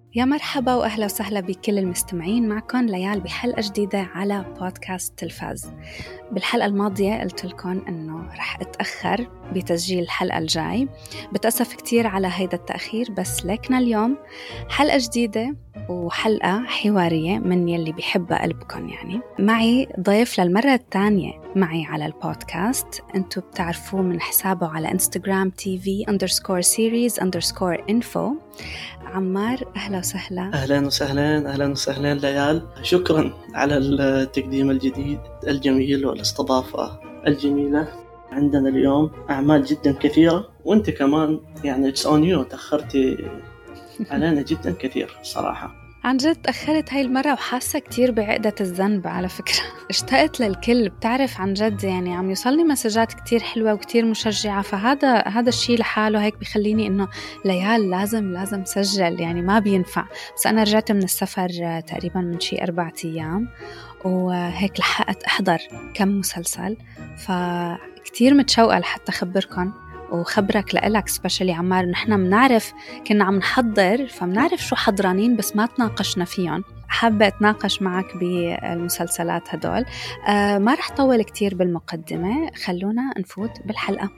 يا مرحبا وأهلا وسهلا بكل المستمعين. معكم ليال بحلقة جديدة على بودكاست تلفاز. بالحلقة الماضية قلت لكم أنه رح أتأخر بتسجيل الحلقة الجاي، بتأسف كتير على هيدا التأخير، بس لكنا اليوم حلقة جديدة وحلقة حوارية من يلي بيحبها قلبكم. يعني معي ضيف للمرة الثانية معي على البودكاست، انتو بتعرفوه من حسابه على انستغرام TV_series_info. عمار، أهلا وسهلا. أهلا وسهلا أهلا وسهلا ليال، شكرا على التقديم الجديد الجميل والاستضافة الجميلة. عندنا اليوم أعمال جدا كثيرة، وانت كمان يعني it's on you، تأخرتي علينا جدا كثير صراحة. عن جد تأخرت هاي المرة وحاسة كتير بعقدة الذنب على فكرة. اشتقت للكل، بتعرف عن جد يعني عم يوصلني مسجات كتير حلوة وكتير مشجعة، فهذا الشيء لحاله هيك بيخليني إنه ليال لازم سجل، يعني ما بينفع. بس أنا رجعت من السفر تقريبا من شي 4 أيام، وهيك لحقت أحضر كم مسلسل، فكتير متشوقة لحتى أخبركم وخبرك لإلك سبيشالي عمار. نحنا منعرف كنا عم نحضر، فمنعرف شو حضرانين بس ما تناقشنا فيهم. حابة أتناقش معك بالمسلسلات هدول. ما رح طول كتير بالمقدمة، خلونا نفوت بالحلقة.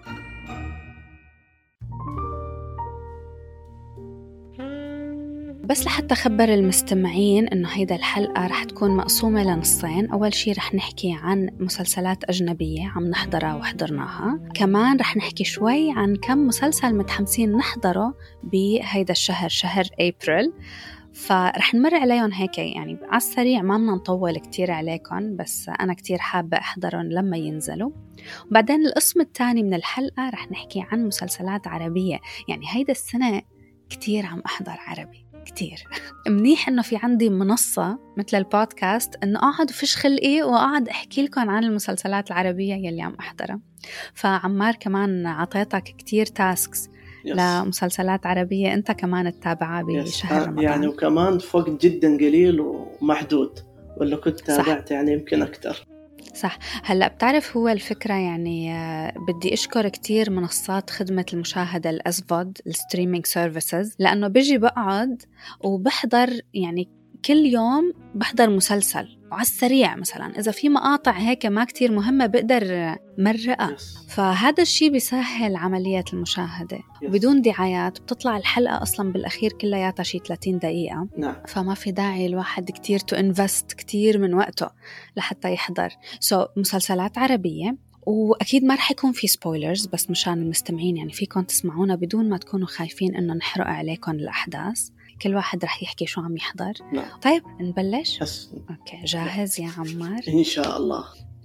بس لحتى أخبر المستمعين إنه هيدا الحلقة رح تكون مقسومة لنصين. أول شي رح نحكي عن مسلسلات أجنبية عم نحضرها وحضرناها، كمان رح نحكي شوي عن كم مسلسل متحمسين نحضره بهيدا الشهر، شهر أبريل، فرح نمر عليهم هيك يعني على السريع، ما بدنا نطول كتير عليكم، بس أنا كتير حابة أحضرهم لما ينزلوا. وبعدين القسم الثاني من الحلقة رح نحكي عن مسلسلات عربية. يعني هيدا السنة كتير عم أحضر عربي كتير. منيح إنه في عندي منصة مثل البودكاست إنه أقعد فش خلقي وأقعد أحكي لكم عن المسلسلات العربية يلي عم أحضرها. فعمار كمان عطيتك كتير تاسكس لمسلسلات عربية أنت كمان تتابعها بشهر رمضان. يعني وكمان فوق جدا قليل ومحدود، ولا كنت تابعت يعني يمكن أكتر. صح. هلأ بتعرف هو الفكرة يعني بدي أشكر كتير منصات خدمة المشاهدة الأسفود الستريمينج سيرفيسز، لأنه بيجي بقعد وبحضر يعني كل يوم بحضر مسلسل وعلى السريع، مثلا إذا في مقاطع هيك ما كتير مهمة بقدر مرقة. فهذا الشيء بيسهل عملية المشاهدة بدون دعايات. بتطلع الحلقة أصلا بالأخير كلها شي 30 دقيقة. فما في داعي الواحد كتير تو انفست كتير من وقته لحتى يحضر مسلسلات عربية. وأكيد ما رح يكون في سبويلرز، بس مشان المستمعين يعني فيكم تسمعونا بدون ما تكونوا خايفين إنه نحرق عليكم الأحداث. كل واحد رح يحكي شو عم يحضر. طيب نبلش؟ أوكي، جاهز يا عمار؟ إن شاء الله.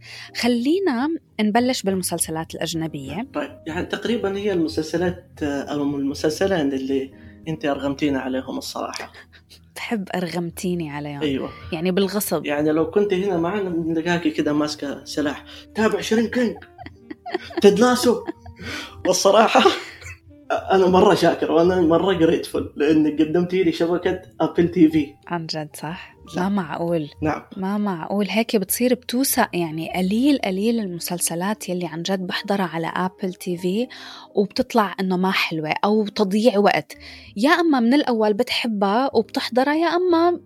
خلينا نبلش بالمسلسلات الأجنبية. طيب يعني تقريبا هي المسلسلات أو المسلسلين اللي أنت أرغمتينا عليهم الصراحة. تحب أرغمتيني عليهم؟ أيوة. يعني بالغصب. يعني لو كنت هنا معنا نلقاكي كده ماسكة سلاح، تابع شيرين كينج، تيد لاسو. والصراحة أنا مرة شاكر وأنا مرة جريتفul لأنك قدمتي لي شبكة أبل تي في. عن جد صح؟ ما معقول. نعم. ما معقول هيك بتصير بتوسع. يعني قليل المسلسلات يلي عن جد بحضرها على أبل تي في وبتطلع إنه ما حلوة أو تضيع وقت. يا أما من الأول بتحبها وبتحضرها، يا أما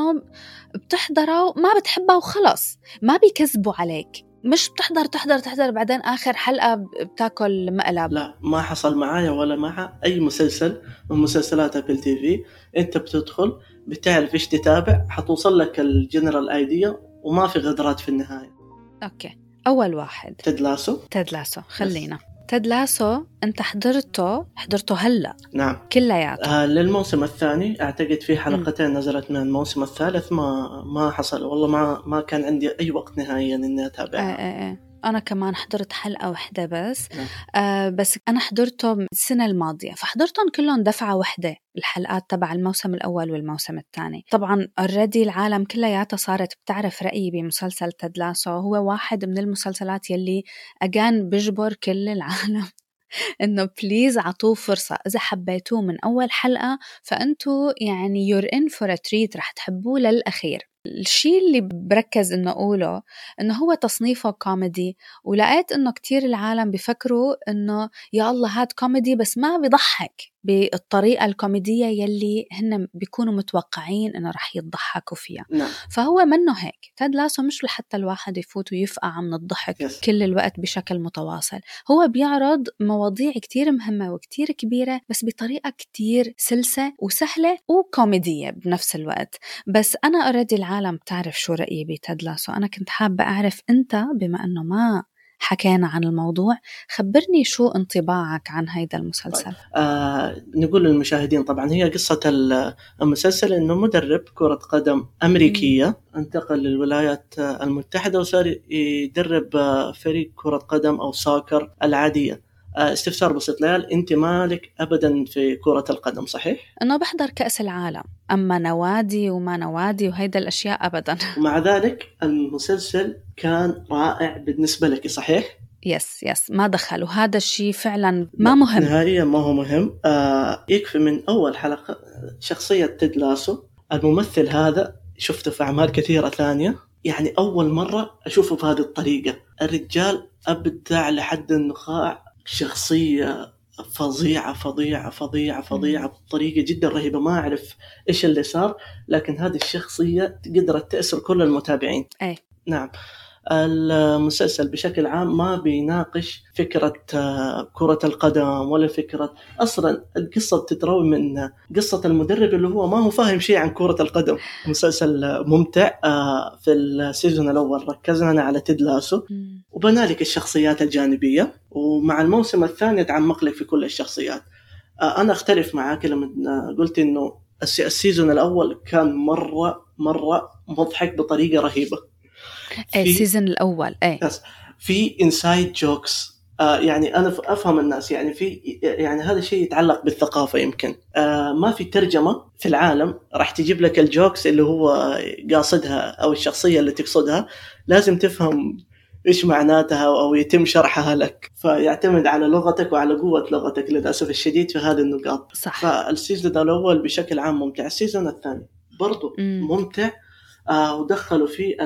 بتحضرها وما بتحبها وخلص، ما بيكذبوا عليك. مش بتحضر بعدين آخر حلقة بتاكل مقلب. لا، ما حصل معايا ولا مع أي مسلسل من مسلسلات أبل تي في. أنت بتدخل بتعرف إيش تتابع، حتوصل لك الجنرال ايديا وما في غدرات في النهاية. أوكي، أول واحد تيد لاسو. خلينا تيد لاسو. أنت حضرته هلأ؟ نعم كلياته. للموسم الثاني أعتقد في حلقتين نزلت من الموسم الثالث. ما حصل والله، ما كان عندي أي وقت نهائيا إني أتابعها. أنا كمان حضرت حلقة واحدة بس. بس أنا حضرته السنة الماضية، فحضرتهم كلهم دفعة واحدة، الحلقات تبع الموسم الأول والموسم الثاني. طبعا already العالم كلها صارت بتعرف رأيي بمسلسل تيد لاسو. هو واحد من المسلسلات يلي أجان بجبر كل العالم إنه بليز عطوه فرصة. إذا حبيتوه من أول حلقة فأنتوا يعني you're in for a treat، رح تحبوه للأخير. الشيء اللي بركز إنه أقوله إنه هو تصنيفه كوميدي، ولقيت إنه كتير العالم بيفكروا إنه يا الله هاد كوميدي بس ما بيضحك بالطريقة الكوميدية يلي هن بيكونوا متوقعين إنه رح يضحكوا فيها. نعم. فهو منه هيك. تيد لاسو مش لحتى الواحد يفوت ويفقع من الضحك كل الوقت بشكل متواصل. هو بيعرض مواضيع كتير مهمة وكتير كبيرة بس بطريقة كتير سلسة وسهلة وكوميدية بنفس الوقت. بس أنا أريد العالم تعرف شو رأيي بتيد لاسو. أنا كنت حابة أعرف أنت بما أنه ما حكينا عن الموضوع، خبرني شو انطباعك عن هيدا المسلسل. نقول للمشاهدين طبعا هي قصة المسلسل إنه مدرب كرة قدم أمريكية انتقل للولايات المتحدة وصار يدرب فريق كرة قدم أو ساكر العادية. استفسار بسيط ليال، أنت مالك أبدا في كرة القدم صحيح؟ أنه بحضر كأس العالم، أما نوادي وما نوادي وهيدا الأشياء أبدا. ومع ذلك المسلسل كان رائع بالنسبة لك صحيح؟ يس ما دخل، وهذا الشيء فعلا ما مهم نهائيا، ما هو مهم. يكفي من أول حلقة شخصية تيد لاسو. الممثل هذا شفته في أعمال كثيرة ثانية، يعني أول مرة أشوفه بهذه الطريقة. الرجال أبدع لحد النخاع، شخصية فظيعة فظيعة فظيعة فظيعة بطريقة جدا رهيبة. ما أعرف إيش اللي صار، لكن هذه الشخصية قدرت تأثر كل المتابعين. نعم. المسلسل بشكل عام ما بيناقش فكرة كرة القدم ولا فكرة، أصلا القصة تتروي من قصة المدرب اللي هو ما هو فاهم شيء عن كرة القدم. مسلسل ممتع. في السيزون الأول ركزنا على تيد لاسو وبنالك الشخصيات الجانبية، ومع الموسم الثاني تعمق لك في كل الشخصيات. أنا أختلف معاك لما قلت إنه السيزون الأول كان مرة مضحك بطريقة رهيبة. السيزن الأول في إنسايد جوكس. يعني أنا أفهم الناس، يعني هذا الشيء يتعلق بالثقافة. يمكن ما في ترجمة في العالم راح تجيب لك الجوكس اللي هو قاصدها أو الشخصية اللي تقصدها، لازم تفهم إيش معناتها أو يتم شرحها لك، فيعتمد على لغتك وعلى قوة لغتك للأسف الشديد في هذه النقاط. صح. فالسيزون الأول بشكل عام ممتع. السيزون الثاني برضو ممتع. ودخلوا فيه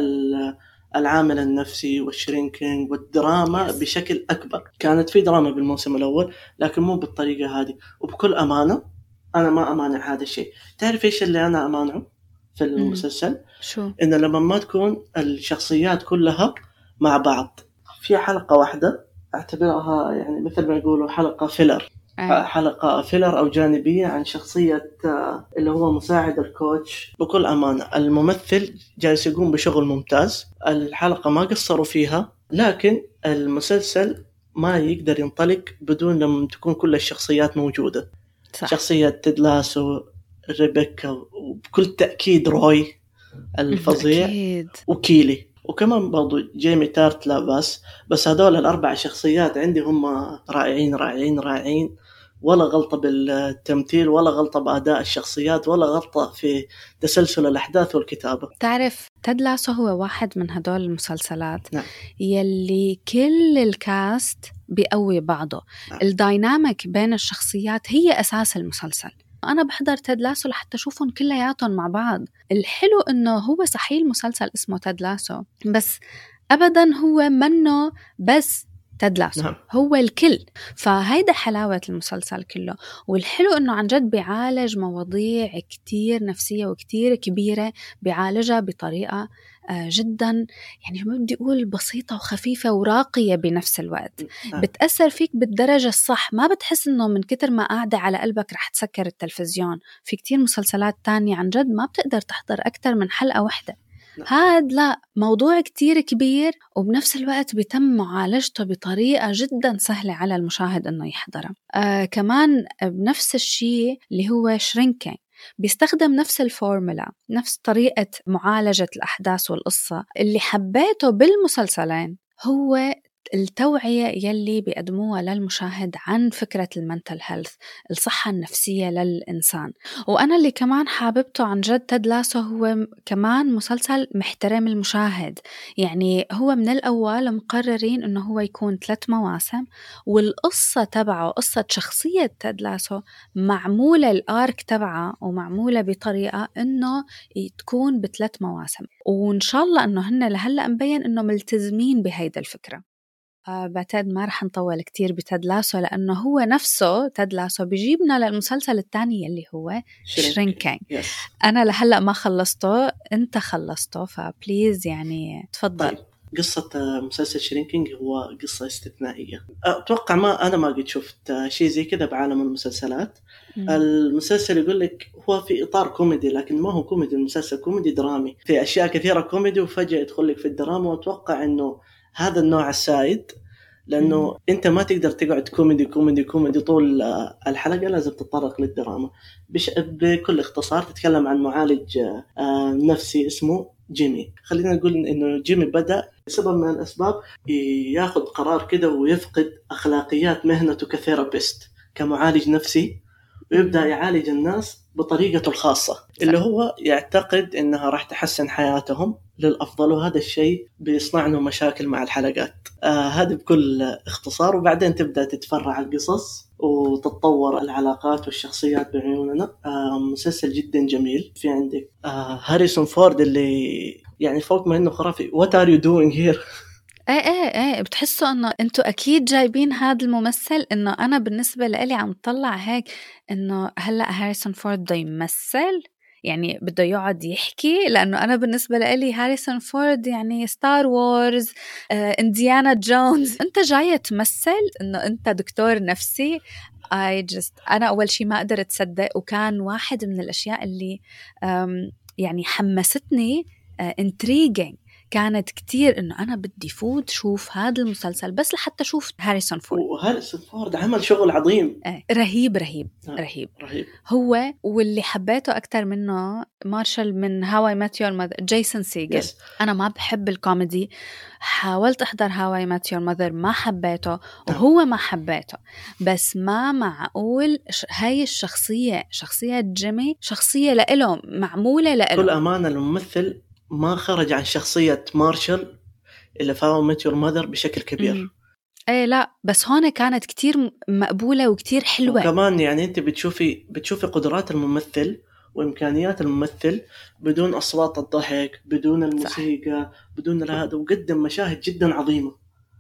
العامل النفسي والشرينكينج والدراما بشكل أكبر. كانت في دراما بالموسم الأول لكن مو بالطريقة هذه. وبكل أمانة أنا ما أمانع هذا الشيء. تعرف إيش اللي أنا أمانعه في المسلسل؟ شو؟ إن لما ما تكون الشخصيات كلها مع بعض في حلقة واحدة، أعتبرها يعني مثل ما يقولوا حلقة فيلر. حلقة فيلر أو جانبية عن شخصية اللي هو مساعد الكوتش. بكل أمانة الممثل جالس يقوم بشغل ممتاز. الحلقة ما قصروا فيها، لكن المسلسل ما يقدر ينطلق بدون لما تكون كل الشخصيات موجودة. صح. شخصية تيد لاسو، ريبيكا، وبكل تأكيد روي الفظيع أكيد. وكيلي، وكمان برضو جيمي تارت لا بس هذول الأربع شخصيات عندي هم رائعين رائعين رائعين. ولا غلطة بالتمثيل ولا غلطة بأداء الشخصيات ولا غلطة في تسلسل الأحداث والكتابة. تعرف تيد لاسو هو واحد من هدول المسلسلات نعم. يلي كل الكاست بيقوي بعضه. نعم. الدايناميك بين الشخصيات هي أساس المسلسل. أنا بحضر تيد لاسو لحتى أشوفهم كلياتهم مع بعض. الحلو إنه هو صحيح المسلسل اسمه تيد لاسو، بس أبداً هو منه بس تيد لاسو. نعم. هو الكل. فهيدا حلاوة المسلسل كله. والحلو إنه عن جد بيعالج مواضيع كتير نفسية وكتير كبيرة، بيعالجها بطريقة جدا يعني ما بدي أقول بسيطة وخفيفة وراقية بنفس الوقت. بتأثر فيك بالدرجة الصح. ما بتحس إنه من كتر ما قاعدة على قلبك رح تسكر التلفزيون. في كتير مسلسلات تانية عن جد ما بتقدر تحضر أكتر من حلقة واحدة. هاد لا، موضوع كتير كبير وبنفس الوقت بيتم معالجته بطريقة جدا سهلة على المشاهد إنه يحضرها. كمان بنفس الشيء اللي هو شرينكينج بيستخدم نفس الفورمولا، نفس طريقة معالجة الأحداث والقصة. اللي حبيته بالمسلسلين هو التوعية يلي بيقدموها للمشاهد عن فكرة المنتل هيلث، الصحة النفسية للإنسان. وأنا اللي كمان حاببته عن جد تيد لاسو هو كمان مسلسل محترم المشاهد. يعني هو من الأول مقررين إنه هو يكون 3 مواسم، والقصة تبعه قصة شخصية تيد لاسو معمولة الآرك تبعه ومعمولة بطريقة إنه تكون ب3 مواسم، وإن شاء الله إنه هن لهلأ مبين إنه ملتزمين بهيدا الفكرة. بعتقد ما رح نطول كتير بتيد لاسو، لأنه هو نفسه تيد لاسو بيجيبنا للمسلسل الثاني اللي هو شرينكينج. أنا لهلأ ما خلصته، أنت خلصته، فبليز يعني تفضل. طيب. قصة مسلسل شرينكينج هو قصة استثنائية. أتوقع أنا ما قد شفت شيء زي كذا بعالم المسلسلات. المسلسل يقول لك هو في إطار كوميدي، لكن ما هو كوميدي، المسلسل كوميدي درامي، في أشياء كثيرة كوميدي وفجأة يدخل لك في الدراما. وأتوقع إنه هذا النوع السائد، لأنه أنت ما تقدر تقعد كوميدي كوميدي كوميدي طول الحلقة، لازم تتطرق للدراما. بكل اختصار تتكلم عن معالج نفسي اسمه جيمي. خلينا نقول إنه جيمي بدأ بسبب من الأسباب ياخذ قرار كده ويفقد أخلاقيات مهنته كثيرابيست، كمعالج نفسي، ويبدأ يعالج الناس بطريقته الخاصة اللي هو يعتقد إنها راح تحسن حياتهم للأفضل. وهذا الشيء بيصنع له مشاكل مع الحلقات. هذا بكل اختصار. وبعدين تبدأ تتفرع القصص وتتطور العلاقات والشخصيات بعيوننا. مسلسل جدا جميل. في عندك هاريسون فورد اللي يعني فوق ما إنه خرافي. What are you doing here؟ ايه بتحسوا انه انتوا اكيد جايبين هذا الممثل. انه انا بالنسبة لي عم طلع هيك انه هلأ هاريسون فورد بده يمثل، يعني بده يقعد يحكي، لأنه أنا بالنسبة لي هاريسون فورد يعني ستار وورز، إنديانا جونز. أنت جاية تمثل إنه أنت دكتور نفسي. أنا أول شيء ما قدرت أصدق، وكان واحد من الأشياء اللي يعني حمستني intriguing كانت كتير إنه أنا بدي فوت شوف هذا المسلسل بس لحتى شوف هاريسون فورد. وهاريسون فورد عمل شغل عظيم. رهيب. هو واللي حبيته أكتر منه مارشال من هاواي ماتيور ماذر، جيسون سيجل. أنا ما بحب الكوميدي، حاولت أحضر هاواي ماتيور ماذر ما حبيته، وهو ما حبيته. بس ما معقول هاي الشخصية، شخصية جيمي، شخصية لإله معمولة لإله. كل أمانة الممثل ما خرج عن شخصية مارشال اللي في هاو ميت يور ماذر بشكل كبير. ايه لا، بس هون كانت كتير مقبولة وكتير حلوة. وكمان يعني انت بتشوفي قدرات الممثل وإمكانيات الممثل بدون أصوات الضحك، بدون الموسيقى، صح. بدون هذا، وقدم مشاهد جدا عظيمة.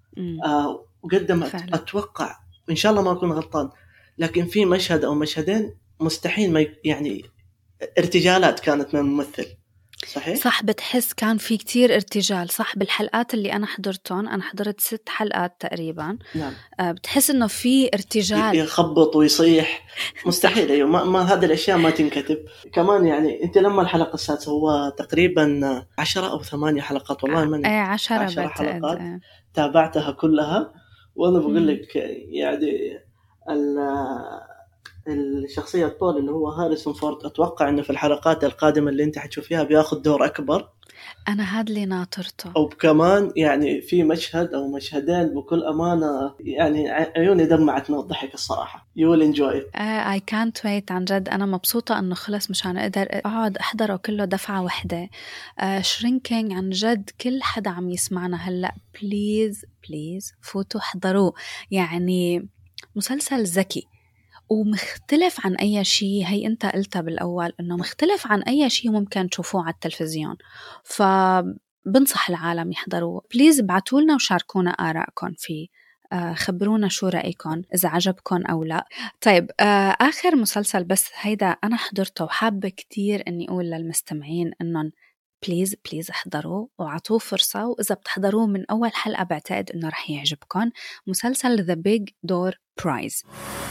وقدم أتوقع إن شاء الله ما أكون غلطان، لكن في مشهد أو مشهدين مستحيل ما يعني ارتجالات كانت من الممثل. صحيح؟ صح، بتحس كان في كتير ارتجال. صح، بالحلقات اللي أنا حضرتهم، أنا حضرت 6 حلقات تقريبا. نعم. بتحس إنه في ارتجال، يخبط ويصيح. مستحيل. أيوة، ما هذه الأشياء ما تنكتب. كمان يعني أنت لما الحلقة السادسة، هو تقريبا 10 أو 8 حلقات، والله من 10 حلقات تابعتها كلها. وأنا بقول لك يعني الشخصية الطول اللي هو هاريسون فورد، أتوقع أنه في الحلقات القادمة اللي أنت حتشوفيها بياخد دور أكبر. أنا هاد اللي ناطرته. أو كمان يعني في مشهد أو مشهدين بكل أمانة يعني عيوني دمعت من الضحك الصراحة. You will enjoy it. I can't wait. عن جد أنا مبسوطة أنه خلص مشان أقدر أقعد أحضره كله دفعة واحدة. شرينكينج عن جد كل حدا عم يسمعنا هلأ بليز فوتوا حضروه. يعني مسلسل ذكي ومختلف عن أي شيء. هي أنت قلتها بالأول إنه مختلف عن أي شيء ممكن تشوفوه على التلفزيون، فبنصح العالم يحضروه. بليز ابعتولنا وشاركونا آراءكم فيه. خبرونا شو رأيكم، إذا عجبكم أو لا. طيب، آخر مسلسل بس هيدا أنا حضرته وحابة كتير أني أقول للمستمعين إنهم بليز احضروا وعطوه فرصة. وإذا بتحضروه من أول حلقة بعتقد إنه رح يعجبكم. مسلسل The Big Door Prize.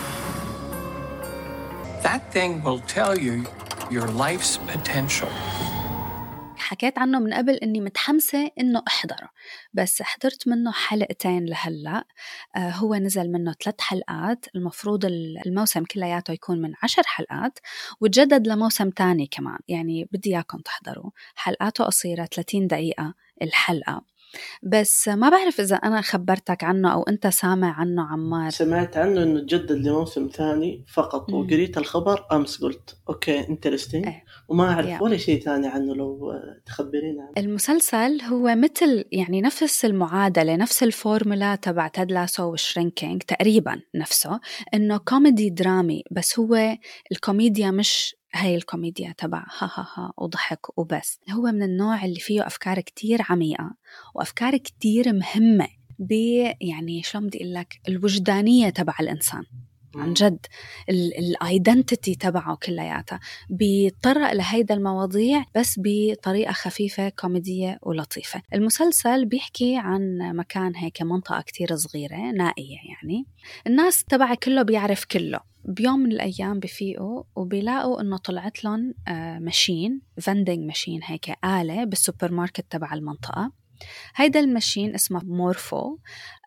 That thing will tell you your life's potential. حكيت عنه من قبل إني متحمسة إنه أحضره، بس حضرت منه حلقتين لهلأ. هو نزل منه 3 حلقات. المفروض الموسم كلياته يكون من 10 حلقات، وتجدد لموسم تاني كمان. يعني بدي إياكم تحضروا. حلقاته قصيرة 30 دقيقة الحلقة. بس ما بعرف إذا أنا خبرتك عنه أو أنت سامع عنه عمار. سمعت عنه إنه تجدد لموسم ثاني فقط، وقريت الخبر أمس قلت أوكي انترستينج، وما أعرف ولا شيء ثاني عنه. لو تخبرين عنه. المسلسل هو مثل يعني نفس المعادلة، نفس الفورمولا تبع تيد لاسو والشرينكينج تقريبا نفسه، إنه كوميدي درامي، بس هو الكوميديا مش هاي الكوميديا تبع ها ها ها وضحك وبس. هو من النوع اللي فيه أفكار كتير عميقة وأفكار كتير مهمة يعني شو بدي أقول لك، الوجدانية تبع الإنسان عن جد، الايدنتيتي تبعه كلياتها بيتطرق لهيدا المواضيع بس بطريقة خفيفة كوميدية ولطيفة. المسلسل بيحكي عن مكان هيك، منطقة كتير صغيرة نائية، يعني الناس تبع كله بيعرف كله. بيوم من الأيام بيفيقوا وبيلاقوا إنه طلعت لهم ماشين، فندنج ماشين هيك، آلة بالسوبر ماركت تبع المنطقة. هيدا الماشين اسمه مورفو.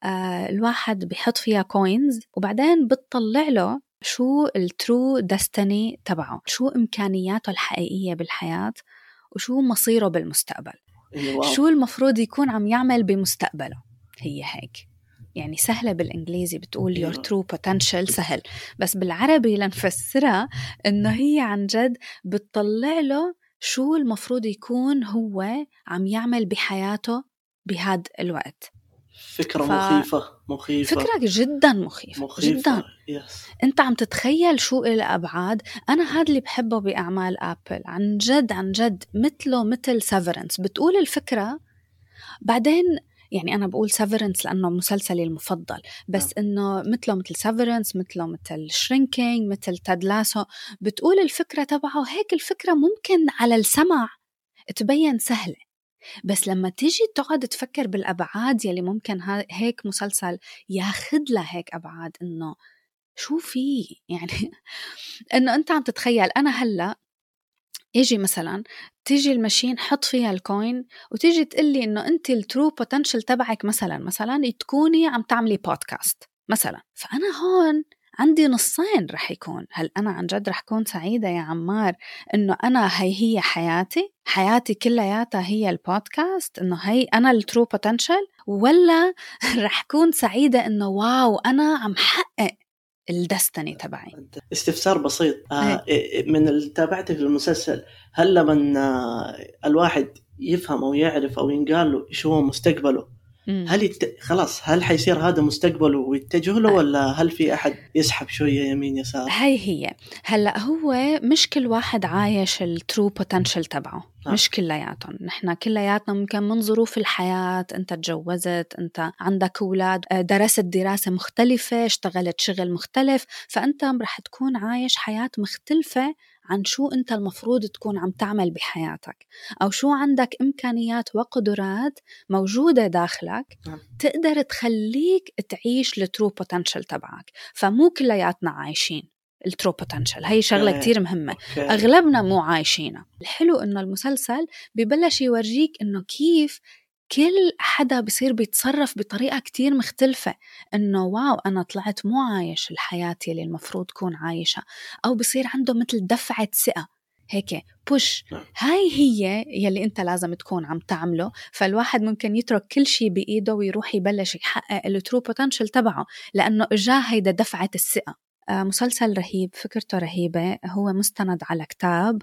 الواحد بيحط فيها كوينز وبعدين بتطلع له شو الترو دستني تبعه، شو إمكانياته الحقيقية بالحياة وشو مصيره بالمستقبل. شو المفروض يكون عم يعمل بمستقبله. هي هيك يعني سهلة بالإنجليزي بتقول your true potential سهل، بس بالعربي لنفسرها إنه هي عن جد بتطلع له شو المفروض يكون هو عم يعمل بحياته بهذا الوقت. فكرة مخيفة فكرة جدا مخيفة جدا. يس. انت عم تتخيل شو الأبعاد. أنا هذا اللي بحبه بأعمال أبل عن جد عن جد، مثل سيفرنس. بتقول الفكرة بعدين، يعني أنا بقول سيفرنس لأنه مسلسلي المفضل، بس إنه مثل سيفرنس، مثل شرينكينج، مثل تيد لاسو. بتقول الفكرة تبعه هيك، الفكرة ممكن على السمع تبين سهلة، بس لما تيجي تقعد تفكر بالأبعاد يلي ممكن هيك مسلسل ياخد له هيك أبعاد، إنه شو فيه يعني إنه أنت عم تتخيل أنا هلأ يجي مثلا تيجي الماشين حط فيها الكوين وتيجي تقلي إنه أنت الترو بوتنشل تبعك مثلا تكوني عم تعملي بودكاست مثلا. فأنا هون عندي نصين رح يكون، هل أنا عن جد رح كون سعيدة يا عمار إنه أنا هي حياتي كلياتها هي البودكاست، إنه هي أنا الترو بوتنشل، ولا رح كون سعيدة إنه واو أنا عم حقق الدستني تبعي. استفسار بسيط من اللي تابعته في المسلسل، هل لما الواحد يفهم أو يعرف أو ينقال له إيش هو مستقبله، هل خلاص هل حيصير هذا مستقبله ويتجه له، ولا هل في أحد يسحب شوية يمين يسار؟ هي هلأ هو مش كل واحد عايش الترو بوتنشل تبعه. مش كلياتهم، نحن كلياتنا ممكن من ظروف الحياة، انت تجوزت، انت عندك أولاد، درست دراسة مختلفة، اشتغلت شغل مختلف، فأنت رح تكون عايش حياة مختلفة عن شو أنت المفروض تكون عم تعمل بحياتك، أو شو عندك إمكانيات وقدرات موجودة داخلك تقدر تخليك تعيش الترو بوتنشل تبعك. فمو كلياتنا عايشين الترو بوتنشل، هي شغلة كتير مهمة. أغلبنا مو عايشينها. الحلو إنه المسلسل ببلش يورجيك إنه كيف كل حدا بصير بيتصرف بطريقة كتير مختلفة، إنه واو أنا طلعت مو عايش الحياة اللي المفروض كون عايشها، أو بصير عنده مثل دفعة ثقة هيك بوش، هاي هي يلي أنت لازم تكون عم تعمله. فالواحد ممكن يترك كل شيء بإيده ويروح يبلش يحقق الترو بوتنشل تبعه، لأنه إجاه هيدا دفعة الثقة. مسلسل رهيب، فكرته رهيبة، هو مستند على كتاب،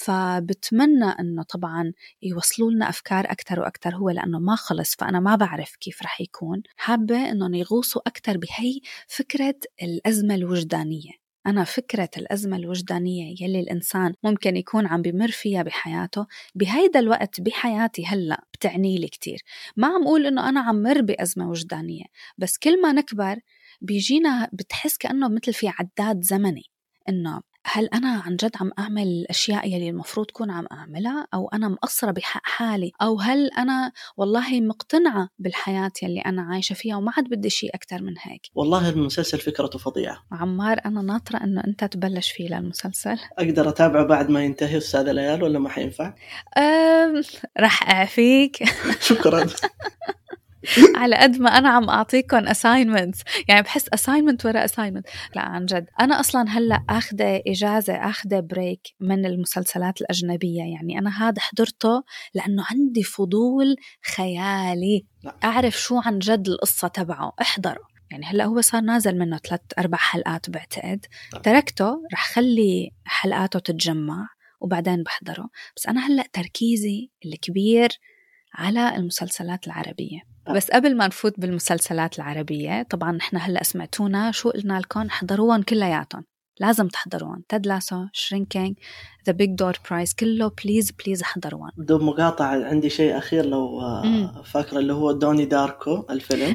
فبتمنى أنه طبعا يوصلوا لنا أفكار أكتر وأكتر هو، لأنه ما خلص، فأنا ما بعرف كيف رح يكون. حابة أنه يغوصوا أكتر بهي فكرة الأزمة الوجدانية. أنا فكرة الأزمة الوجدانية يلي الإنسان ممكن يكون عم بمر فيها بحياته بهيدا الوقت بحياتي هلأ بتعني لي كتير. ما عم أقول إنه أنا عم مر بأزمة وجدانية، بس كل ما نكبر بيجينا بتحس كأنه مثل في عداد زمني، إنه هل أنا عن جد عم أعمل الأشياء يلي المفروض كون عم أعملها، أو أنا مقصرة بحق حالي، أو هل أنا والله مقتنعة بالحياة يلي أنا عايشة فيها وما عاد بدي شيء أكتر من هيك. والله المسلسل فكرته فظيعة عمار، أنا ناطرة أنه أنت تبلش فيه للمسلسل. أقدر أتابعه بعد ما ينتهي أستاذ ليال ولا ما حينفع؟ رح أعفيك. شكرا. على قد ما أنا عم أعطيكم assignments، يعني بحس assignment ورا assignment. لا عن جد أنا أصلا هلأ أخذ إجازة، أخذ بريك من المسلسلات الأجنبية. يعني أنا هذا حضرته لأنه عندي فضول خيالي أعرف شو عن جد القصة تبعه، احضره. يعني هلأ هو صار نازل منه 3-4 حلقات بعتقد، تركته رح خلي حلقاته تتجمع وبعدين بحضره. بس أنا هلأ تركيزي الكبير على المسلسلات العربية. بس قبل ما نفوت بالمسلسلات العربية، طبعا نحن هلأ سمعتونا شو قلنا لكم، احضروهم كلياتهم، لازم تحضروهم. تيد لاسو، شرينكينج، ذا بيج دور برايز، كله بليز احضروهم. بدون مقاطعة عندي شيء أخير لو فاكرة اللي هو دوني داركو الفيلم.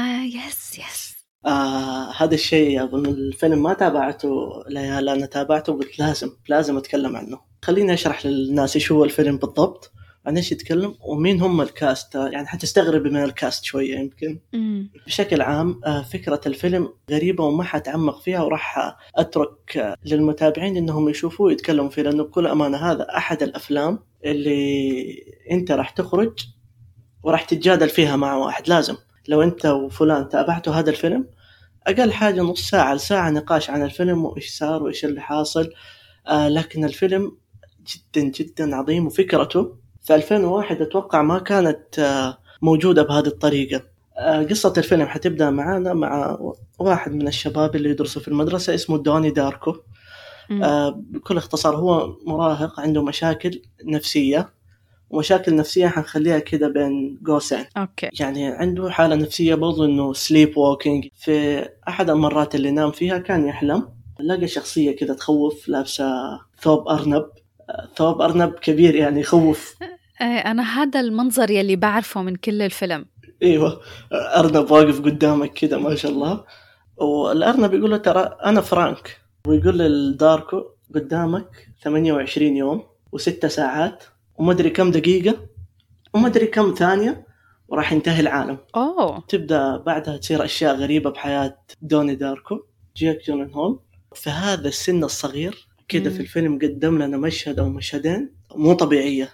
يس هذا الشيء أظن الفيلم ما تابعته ليال، أنا تابعته قلت لازم أتكلم عنه. خليني أشرح للناس إيش هو الفيلم بالضبط، عن إيش يتكلم ومين هم الكاست. يعني حتستغرب من الكاست شوية يمكن. بشكل عام فكرة الفيلم غريبة وما حتعمق فيها، وراح أترك للمتابعين إنهم يشوفوه ويتكلموا فيه، لأنه بكل أمانة هذا أحد الأفلام اللي أنت راح تخرج وراح تتجادل فيها مع واحد. لازم لو أنت وفلان تابعتوا هذا الفيلم أقل حاجة نص ساعة لساعة نقاش عن الفيلم وإيش صار وإيش اللي حاصل. لكن الفيلم جدا جدا عظيم، وفكرته في 2001 أتوقع ما كانت موجودة بهذه الطريقة. قصة الفيلم حتبدأ معنا مع واحد من الشباب اللي يدرسوا في المدرسة اسمه دوني داركو. بكل اختصار هو مراهق عنده مشاكل نفسية، ومشاكل نفسية حنخليها كده بين قوسين. يعني عنده حالة نفسية برضو إنه سليب ووكينج. في أحد المرات اللي نام فيها كان يحلم لقى شخصية كده تخوف لابسة ثوب أرنب كبير يعني يخوف. أنا هذا المنظر يلي بعرفه من كل الفيلم. ايوه، ارنب واقف قدامك كده ما شاء الله، والارنب يقول له ترى انا فرانك، ويقول للداركو قدامك 28 يوم و6 ساعات وما ادري كم دقيقه وما ادري كم ثانيه وراح ينتهي العالم. تبدا بعدها تصير اشياء غريبه بحياه دوني داركو. جاك جيلنهول في هذا السن الصغير كده في الفيلم قدم لنا مشهد او مشهدين مو طبيعيه،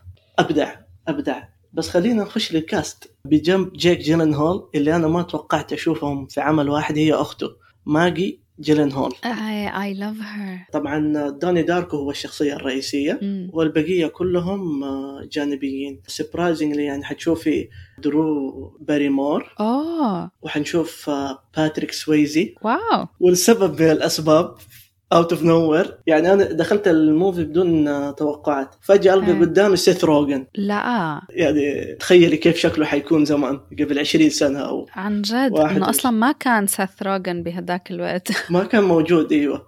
ابدع. بس خلينا نخش للكاست. بجنب جاك جيلنهول اللي أنا ما توقعت أشوفهم في عمل واحد، هي أخته ماجي جيلنهول. I love her. طبعا دوني داركو هو الشخصية الرئيسية والبقية كلهم جانبيين. surprisingly يعني حتشوفي درو باريمور وحنشوف باتريك سويزي. واو. والسبب من الأسباب out of nowhere، يعني أنا دخلت الموفي بدون توقعات، فجأة ألقى قدامي سيث روغن. لا يعني تخيلي كيف شكله حيكون زمان قبل 20 سنة أو عن جد إنه أصلا ما كان سيث روغن بهداك الوقت. ما كان موجود. أيوة.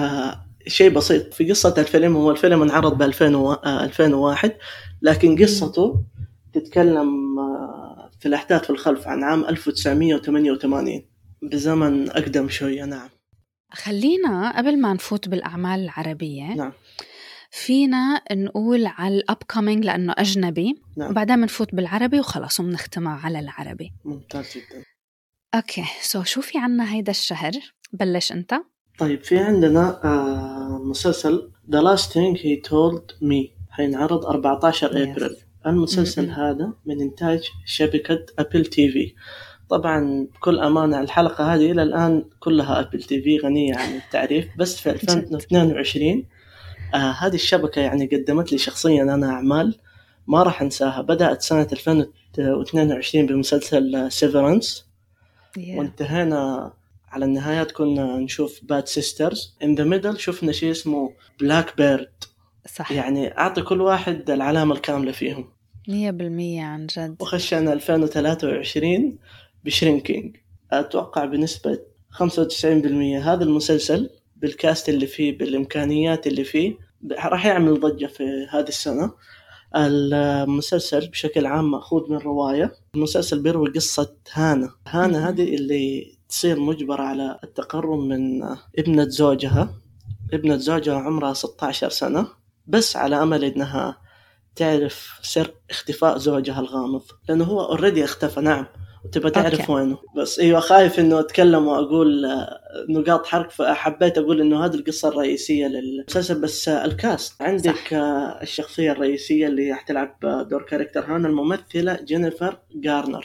شيء بسيط في قصة الفيلم. هو الفيلم انعرض ب 2001 لكن قصته تتكلم في الأحداث في الخلف عن عام 1988، بزمن أقدم شوية. نعم. خلينا قبل ما نفوت بالأعمال العربية نعم. فينا نقول على الأبكامينج لأنه أجنبي. نعم. وبعدين منفوت بالعربي وخلاص ومنختمع على العربي. ممتاز جدا. أوكي شو في عنا هيدا الشهر؟ بلش أنت. طيب في عندنا مسلسل The Last Thing He Told Me حينعرض 14 أبريل. المسلسل هذا من إنتاج شبكة أبل تي في. طبعا بكل أمانة الحلقة هذه إلى الآن كلها أبل تي في غنية عن التعريف، بس في 2022 هذه الشبكة يعني قدمت لي شخصيا أنا أعمال ما راح أنساها. بدأت سنة 2022 بمسلسل سيفرنس وانتهينا على النهايات كنا نشوف باد سيسترز. In the middle شفنا شيء اسمه بلاك بيرد. صح. يعني أعطي كل واحد العلامة الكاملة فيهم 100% عن جد. وخشنا 2023 بشرينكينج أتوقع بنسبة 95% هذا المسلسل بالكاست اللي فيه بالإمكانيات اللي فيه راح يعمل ضجة في هذه السنة. المسلسل بشكل عام مأخوذ من رواية. المسلسل بيروي قصة هانا هذه اللي تصير مجبرة على التقرب من ابنة زوجها عمرها 16 سنة بس على أمل إنها تعرف سر اختفاء زوجها الغامض، لأنه هو already اختفى. نعم وتبى تعرف وينه. بس أيوة خايف إنه أتكلم وأقول نقاط حرق، فحبيت أقول إنه هذه القصة الرئيسية للمسلسل. بس الكاست عندك الشخصية الرئيسية اللي حتلعب دور كاركتر هانا الممثلة جينيفر غارنر.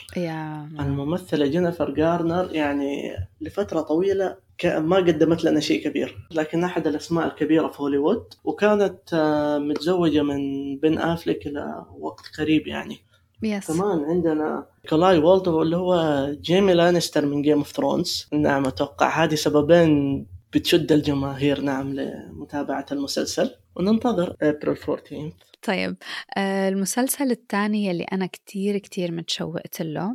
الممثلة جينيفر غارنر يعني لفترة طويلة ما قدمت لنا شيء كبير، لكن أحد الأسماء الكبيرة في هوليوود، وكانت متزوجة من بن أفليك إلى وقت قريب يعني. كمان عندنا كولاي والتو اللي هو جيمي لانستر من جيم اوف ثرونز. نعم أتوقع هذه سببين بتشد الجماهير نعم لمتابعة المسلسل، وننتظر أبريل 14. طيب المسلسل الثاني اللي أنا كتير متشوقت له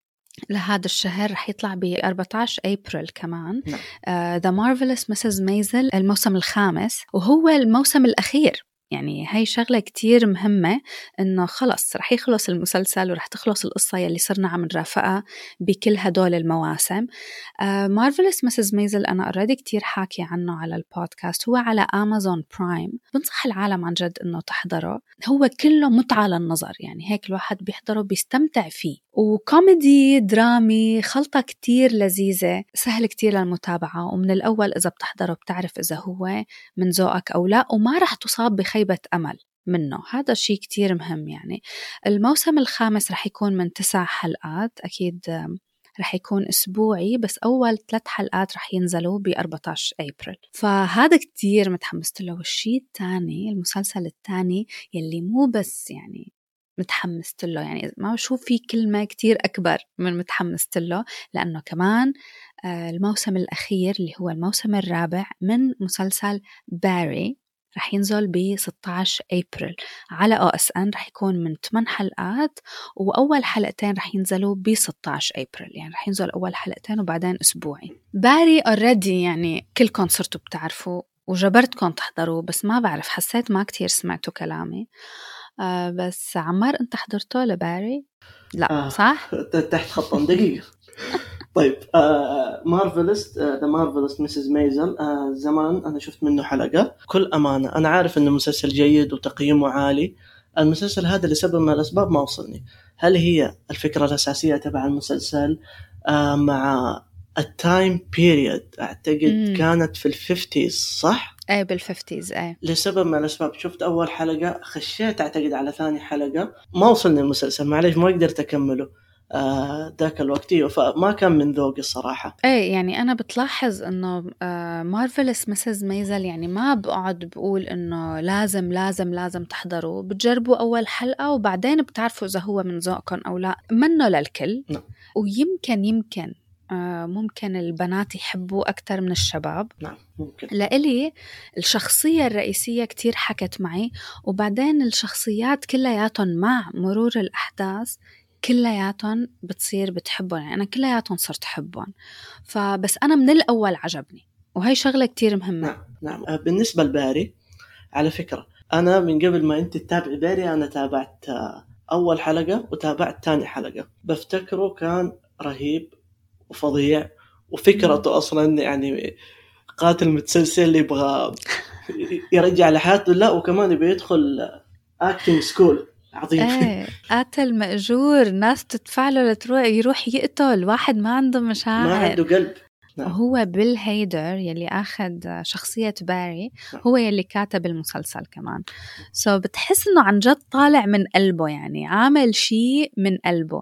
لهذا الشهر رح يطلع ب 14 أبريل كمان. The Marvelous Mrs. Maisel الموسم الخامس، وهو الموسم الأخير. يعني هاي شغلة كتير مهمة، إنه خلص رح يخلص المسلسل ورح تخلص القصة يلي صرنا عم نرافقها بكل هدول المواسم. Marvelous Mrs. Maisel أنا already كتير حاكي عنه على البودكاست، هو على أمازون برايم. بنصح العالم عن جد إنه تحضره، هو كله متعة للنظر، يعني هيك الواحد بيحضره بيستمتع فيه، وكوميدي درامي خلطة كتير لذيذة، سهل كتير للمتابعة. ومن الأول إذا بتحضره بتعرف إذا هو من ذوقك أو لا، وما رح تصاب بخيبة أمل منه. هذا الشيء كتير مهم. يعني الموسم الخامس رح يكون من 9 حلقات، أكيد رح يكون أسبوعي، بس أول 3 حلقات رح ينزلوا ب 14 أبريل. فهذا كتير متحمست له. والشيء الثاني، المسلسل الثاني يلي مو بس يعني متحمست له، يعني ما بشوف فيه كلمة كتير أكبر من متحمست له، لأنه كمان الموسم الأخير اللي هو الموسم الرابع من مسلسل باري رح ينزل ب 16 أبريل على OSN. رح يكون من 8 حلقات، وأول حلقتين رح ينزلوا ب 16 أبريل، يعني رح ينزل أول حلقتين وبعدين أسبوعي. باري already يعني كل كونسرتو بتعرفوا وجبرتكم تحضروا، بس ما بعرف، حسيت ما كتير سمعتوا كلامي. بس عمار أنت حضرته لباري؟ لا صح؟ تحت خطا دقيقة. طيب مارفلست The Marvelous Mrs. Maisel زمان أنا شفت منه حلقة. كل أمانة أنا عارف إنه مسلسل جيد وتقييمه عالي. المسلسل هذا لسبب من الأسباب ما وصلني. هل هي الفكرة الأساسية تبع المسلسل مع التايم بيريد أعتقد كانت في ال50s صح؟ أي بال50s. أي لسبب من الأسباب شفت أول حلقة، خشيت أعتقد على ثاني حلقة، ما وصلني المسلسل، معليش ما قدرت أكمله ذاك الوقت، فما كان من ذوقي الصراحة. ايه يعني أنا بتلاحظ إنه مارفلس مسز ميزل يعني ما بقعد بقول إنه لازم تحضروا، بتجربوا أول حلقة وبعدين بتعرفوا إذا هو من ذوقكم أو لا. منه للكل. نعم. ويمكن ممكن البنات يحبوا أكتر من الشباب. نعم ممكن. لإلي الشخصية الرئيسية كتير حكت معي، وبعدين الشخصيات كلياتهم مع مرور الأحداث كلياتهم بتصير بتحبهم، يعني أنا كلياتهم صرت أحبهم. فبس أنا من الأول عجبني، وهي شغلة كتير مهمة. نعم. بالنسبة لباري على فكرة أنا من قبل ما أنت تتابع باري أنا تابعت أول حلقة وتابعت تاني حلقة، بفتكره كان رهيب وفظيع، وفكرته أصلا يعني قاتل متسلسل اللي يبغى يرجع لحياته، لا وكمان يبغى يدخل أكتنج سكول عظيم. ايه قاتل مأجور، ناس تدفع له يروح يقتل واحد ما عنده مشاعر، ما عنده قلب. نعم. هو بيل هيدر يلي أخذ شخصية باري هو يلي كاتب المسلسل كمان. بتحس إنه عن جد طالع من قلبه، يعني عامل شيء من قلبه.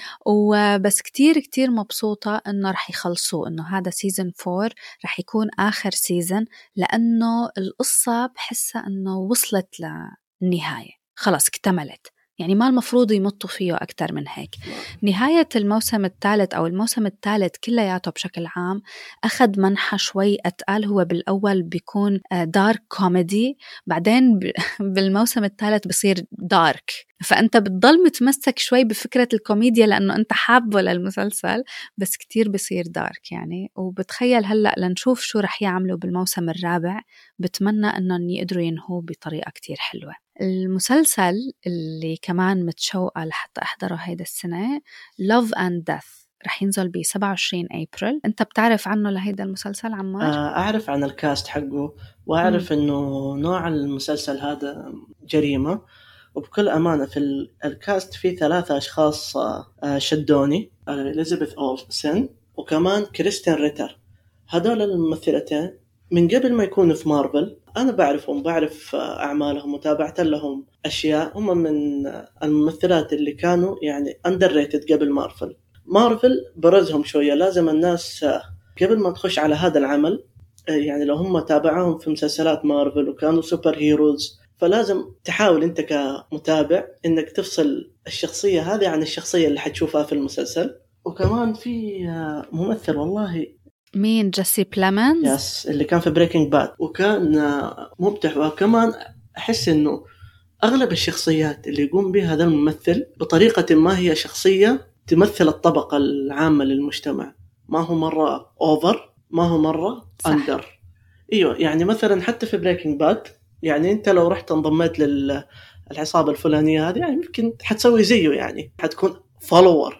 وبس كتير مبسوطة إنه رح يخلصوا، إنه هذا سيزن 4 رح يكون آخر سيزن، لأنه القصة بحسها إنه وصلت للنهاية، خلاص اكتملت، يعني ما المفروض يمطوا فيه أكتر من هيك. نهاية الموسم الثالث أو الموسم الثالث كلياته بشكل عام أخذ منحى شوي أتقال. هو بالأول بيكون دارك كوميدي، بعدين بالموسم الثالث بصير دارك، فأنت بتضل متمسك شوي بفكرة الكوميديا لأنه أنت حابه للمسلسل، بس كتير بصير دارك يعني. وبتخيل هلأ لنشوف شو رح يعملوا بالموسم الرابع، بتمنى أنهم يقدروا ينهوا بطريقة كتير حلوة. المسلسل اللي كمان متشوقة لحتى أحضره هيدا السنة Love and Death رح ينزل ب 27 أبريل. أنت بتعرف عنه لهيدا المسلسل عمار؟ أعرف عن الكاست حقه، وأعرف أنه نوع المسلسل هذا جريمة، وبكل أمانة في الكاست في 3 أشخاص شدوني. إليزابيث أولسن وكمان كريستين ريتر. هذول الممثلتين من قبل ما يكونوا في مارفل أنا بعرفهم، بعرف أعمالهم وتابعت لهم أشياء. هم من الممثلات اللي كانوا يعني underrated قبل مارفل برزهم شوية. لازم الناس قبل ما تخش على هذا العمل يعني لو هم تابعهم في مسلسلات مارفل وكانوا سوبر هيروز، فلازم تحاول أنت كمتابع إنك تفصل الشخصية هذه عن الشخصية اللي حتشوفها في المسلسل. وكمان في ممثل والله مين؟ جيسي بليمنز؟ يس، اللي كان في بريكنج باد وكان مبدع. وكمان أحس إنه أغلب الشخصيات اللي يقوم بها هذا الممثل بطريقة ما هي شخصية تمثل الطبقة العامة للمجتمع، ما هو مرة أوفر، ما هو مرة أندر. إيوه يعني مثلا حتى في بريكنج باد يعني أنت لو رحت انضميت للعصابة الفلانية هذه يعني يمكن حتسوي زيه، يعني حتكون فولور.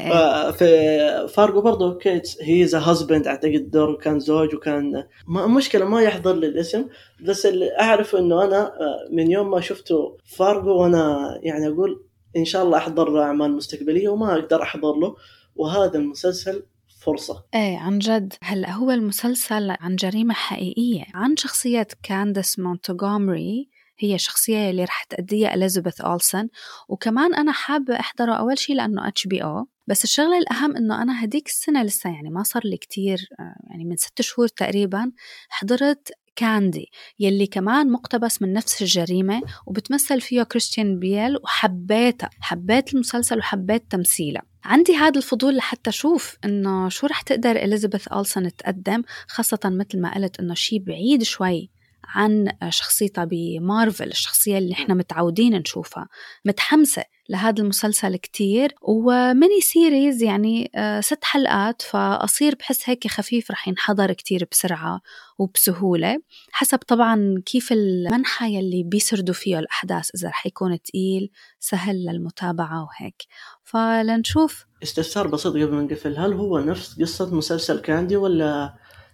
في فارغو برضو كيتس هي ذا هازبند، اعتقد دور كان زوج وكان مشكلة ما يحضر لي الاسم، بس اللي اعرف انه انا من يوم ما شفته فارغو وانا يعني اقول ان شاء الله احضر له اعمال مستقبلية وما اقدر احضر له، وهذا المسلسل فرصة. ايه عن جد. هلأ هو المسلسل عن جريمة حقيقية، عن شخصية كانديس مونتغومري، هي شخصية اللي رح تأديها إليزابيث أولسن. وكمان أنا حابة أحضره أول شيء لأنه HBO، بس الشغلة الأهم إنه أنا هديك السنة لسه يعني ما صار لي كتير، يعني من 6 شهور تقريبا حضرت كاندي يلي كمان مقتبس من نفس الجريمة وبتمثل فيه كريستيان بيل، وحبيتها، حبيت المسلسل وحبيت تمثيله. عندي هذا الفضول لحتى أشوف إنه شو رح تقدر إليزابيث أولسن تقدم، خاصة مثل ما قلت إنه شيء بعيد شوي عن شخصيتها بمارفل، الشخصية اللي احنا متعودين نشوفها. متحمسة لهذا المسلسل كتير، وميني سيريز يعني 6 حلقات، فأصير بحس هيك خفيف رح ينحضر كتير بسرعة وبسهولة، حسب طبعا كيف المنحى يلي بيسردوا فيه الأحداث، إذا رح يكون تقيل سهل للمتابعة وهيك. فلنشوف. استفسار بسيط قبل ما نقفل، هل هو نفس قصة مسلسل كاندي ولا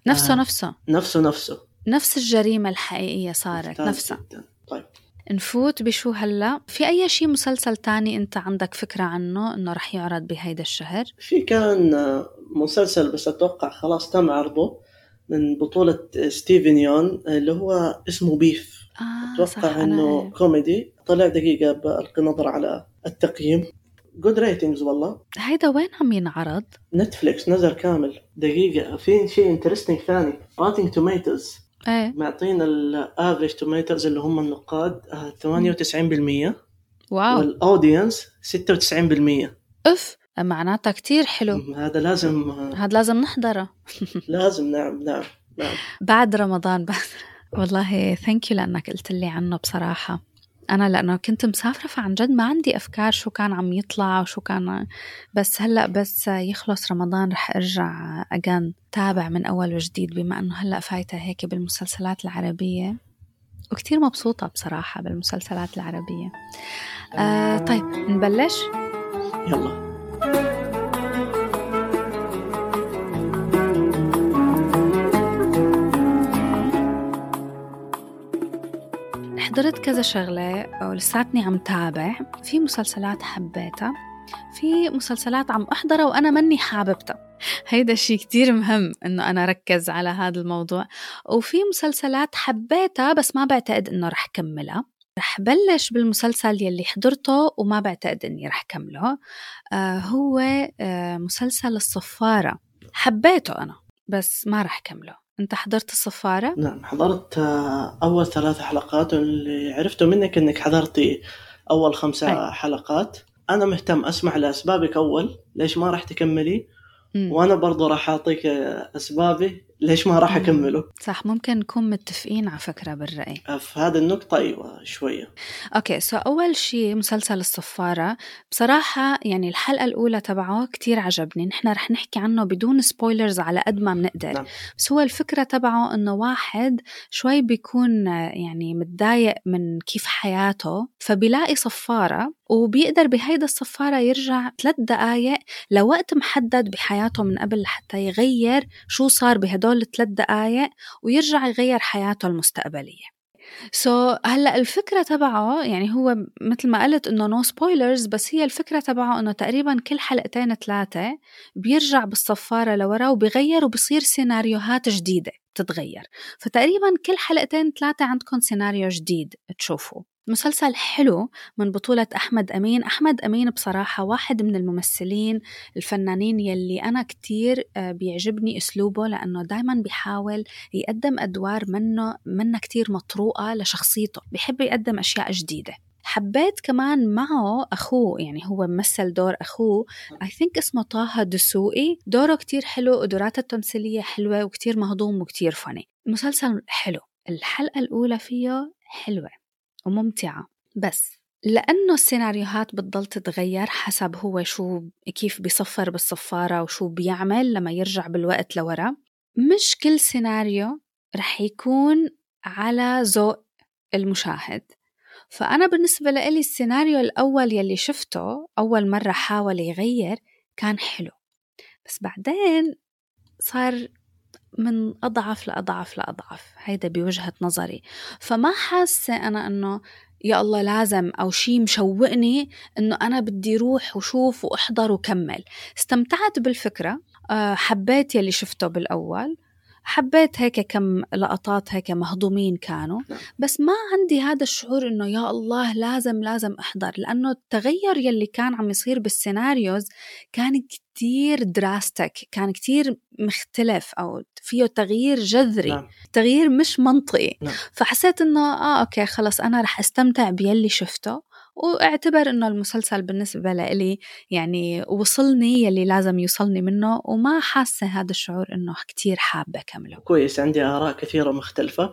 نفس الجريمة الحقيقية صارت نفسها؟ طيب نفوت بشو هلأ؟ في أي شيء مسلسل تاني أنت عندك فكرة عنه أنه رح يعرض بهيدا الشهر؟ في كان مسلسل بس أتوقع خلاص تم عرضه من بطولة ستيفن يون اللي هو اسمه بيف. أتوقع أنه كوميدي. طلع دقيقة بألقي نظر على التقييم، good ratings والله. هيدا وين عم ينعرض؟ نتفليكس نزل كامل. دقيقة في شيء انترستينج ثاني، Rotten Tomatoes معطينا الافريج توميتوز اللي هم النقاد 98%. واو. والأودينس 96%. اف معناتها كتير حلو. هذا لازم نحضره. لازم. نعم. بعد رمضان والله ثانك يو لأنك قلت لي عنه. بصراحة أنا لأنه كنت مسافرة فعن جد ما عندي أفكار شو كان عم يطلع وشو كان، بس هلأ بس يخلص رمضان رح أرجع أجان تابع من أول وجديد، بما أنه هلأ فايتة هيك بالمسلسلات العربية وكتير مبسوطة بصراحة بالمسلسلات العربية. طيب نبلش؟ يلا. حضرت كذا شغلة ولساتني عم تابع. في مسلسلات حبيتها، في مسلسلات عم أحضرها وأنا مني حاببتها. هيدا الشيء كتير مهم إنه أنا ركز على هذا الموضوع. وفي مسلسلات حبيتها بس ما بعتقد إنه رح كملها. رح بلش بالمسلسل يلي حضرته وما بعتقد إني رح كمله. هو مسلسل الصفارة. حبيته أنا بس ما رح كمله. أنت حضرت الصفارة؟ نعم حضرت أول 3 حلقات، واللي عرفته منك أنك حضرتي أول 5 حلقات. أنا مهتم أسمع لأسبابك أول ليش ما راح تكملي، وأنا برضو راح أعطيك أسبابي ليش ما راح أكمله. صح، ممكن نكون متفقين على فكرة بالرأي في هذا النقطة. أيوة شوية. أوكي أول شيء مسلسل الصفارة بصراحة يعني الحلقة الأولى تبعه كتير عجبني. نحن رح نحكي عنه بدون سبويلرز على قد ما بنقدر. نعم. بس هو الفكرة تبعه إنه واحد شوي بيكون يعني متضايق من كيف حياته، فبيلاقي صفارة وبيقدر بهيدا الصفارة يرجع 3 دقايق لوقت محدد بحياته من قبل حتى يغير شو صار بهدول 3 دقايق ويرجع يغير حياته المستقبلية. هلأ الفكرة تبعه يعني هو مثل ما قلت إنه no spoilers، بس هي الفكرة تبعه إنه تقريبا كل 2-3 بيرجع بالصفارة لورا وبيغير وبصير سيناريوهات جديدة تتغير. فتقريبا كل 2-3 عندكم سيناريو جديد تشوفوا. مسلسل حلو من بطولة أحمد أمين بصراحة واحد من الممثلين الفنانين يلي أنا كتير بيعجبني أسلوبه، لأنه دايما بيحاول يقدم أدوار منه كتير مطروقة لشخصيته، بيحب يقدم أشياء جديدة. حبيت كمان معه أخوه، يعني هو ممثل دور أخوه I think اسمه طه دسوقي، دوره كتير حلو ودوراته التمثيلية حلوة وكتير مهضوم وكتير فني. المسلسل حلو، الحلقة الأولى فيه حلوة وممتعة، بس لأنه السيناريوهات بتضل تتغير حسب هو كيف بيصفر بالصفارة وشو بيعمل لما يرجع بالوقت لورا، مش كل سيناريو رح يكون على ذوق المشاهد. فأنا بالنسبة لي السيناريو الأول يلي شفته أول مرة حاول يغير كان حلو، بس بعدين صار من أضعف لأضعف هيدا بوجهة نظري. فما حاسة أنا أنه يا الله لازم أو شي مشوقني أنه أنا بدي روح وشوف وأحضر وكمل. استمتعت بالفكرة، حبيت يلي شفته بالأول، حبيت هيك كم لقطات هيك مهضومين كانوا، بس ما عندي هذا الشعور إنه يا الله لازم أحضر، لأنه التغير يلي كان عم يصير بالسيناريوز كان كتير دراستك، كان كتير مختلف أو فيه تغيير جذري. تغيير مش منطقي. فحسيت إنه أوكي خلص أنا رح أستمتع بيلي شفته، واعتبر إنه المسلسل بالنسبة لي يعني وصلني يلي لازم يوصلني منه، وما حاسة هذا الشعور إنه كتير حابة كمله. كويس، عندي آراء كثيرة مختلفة.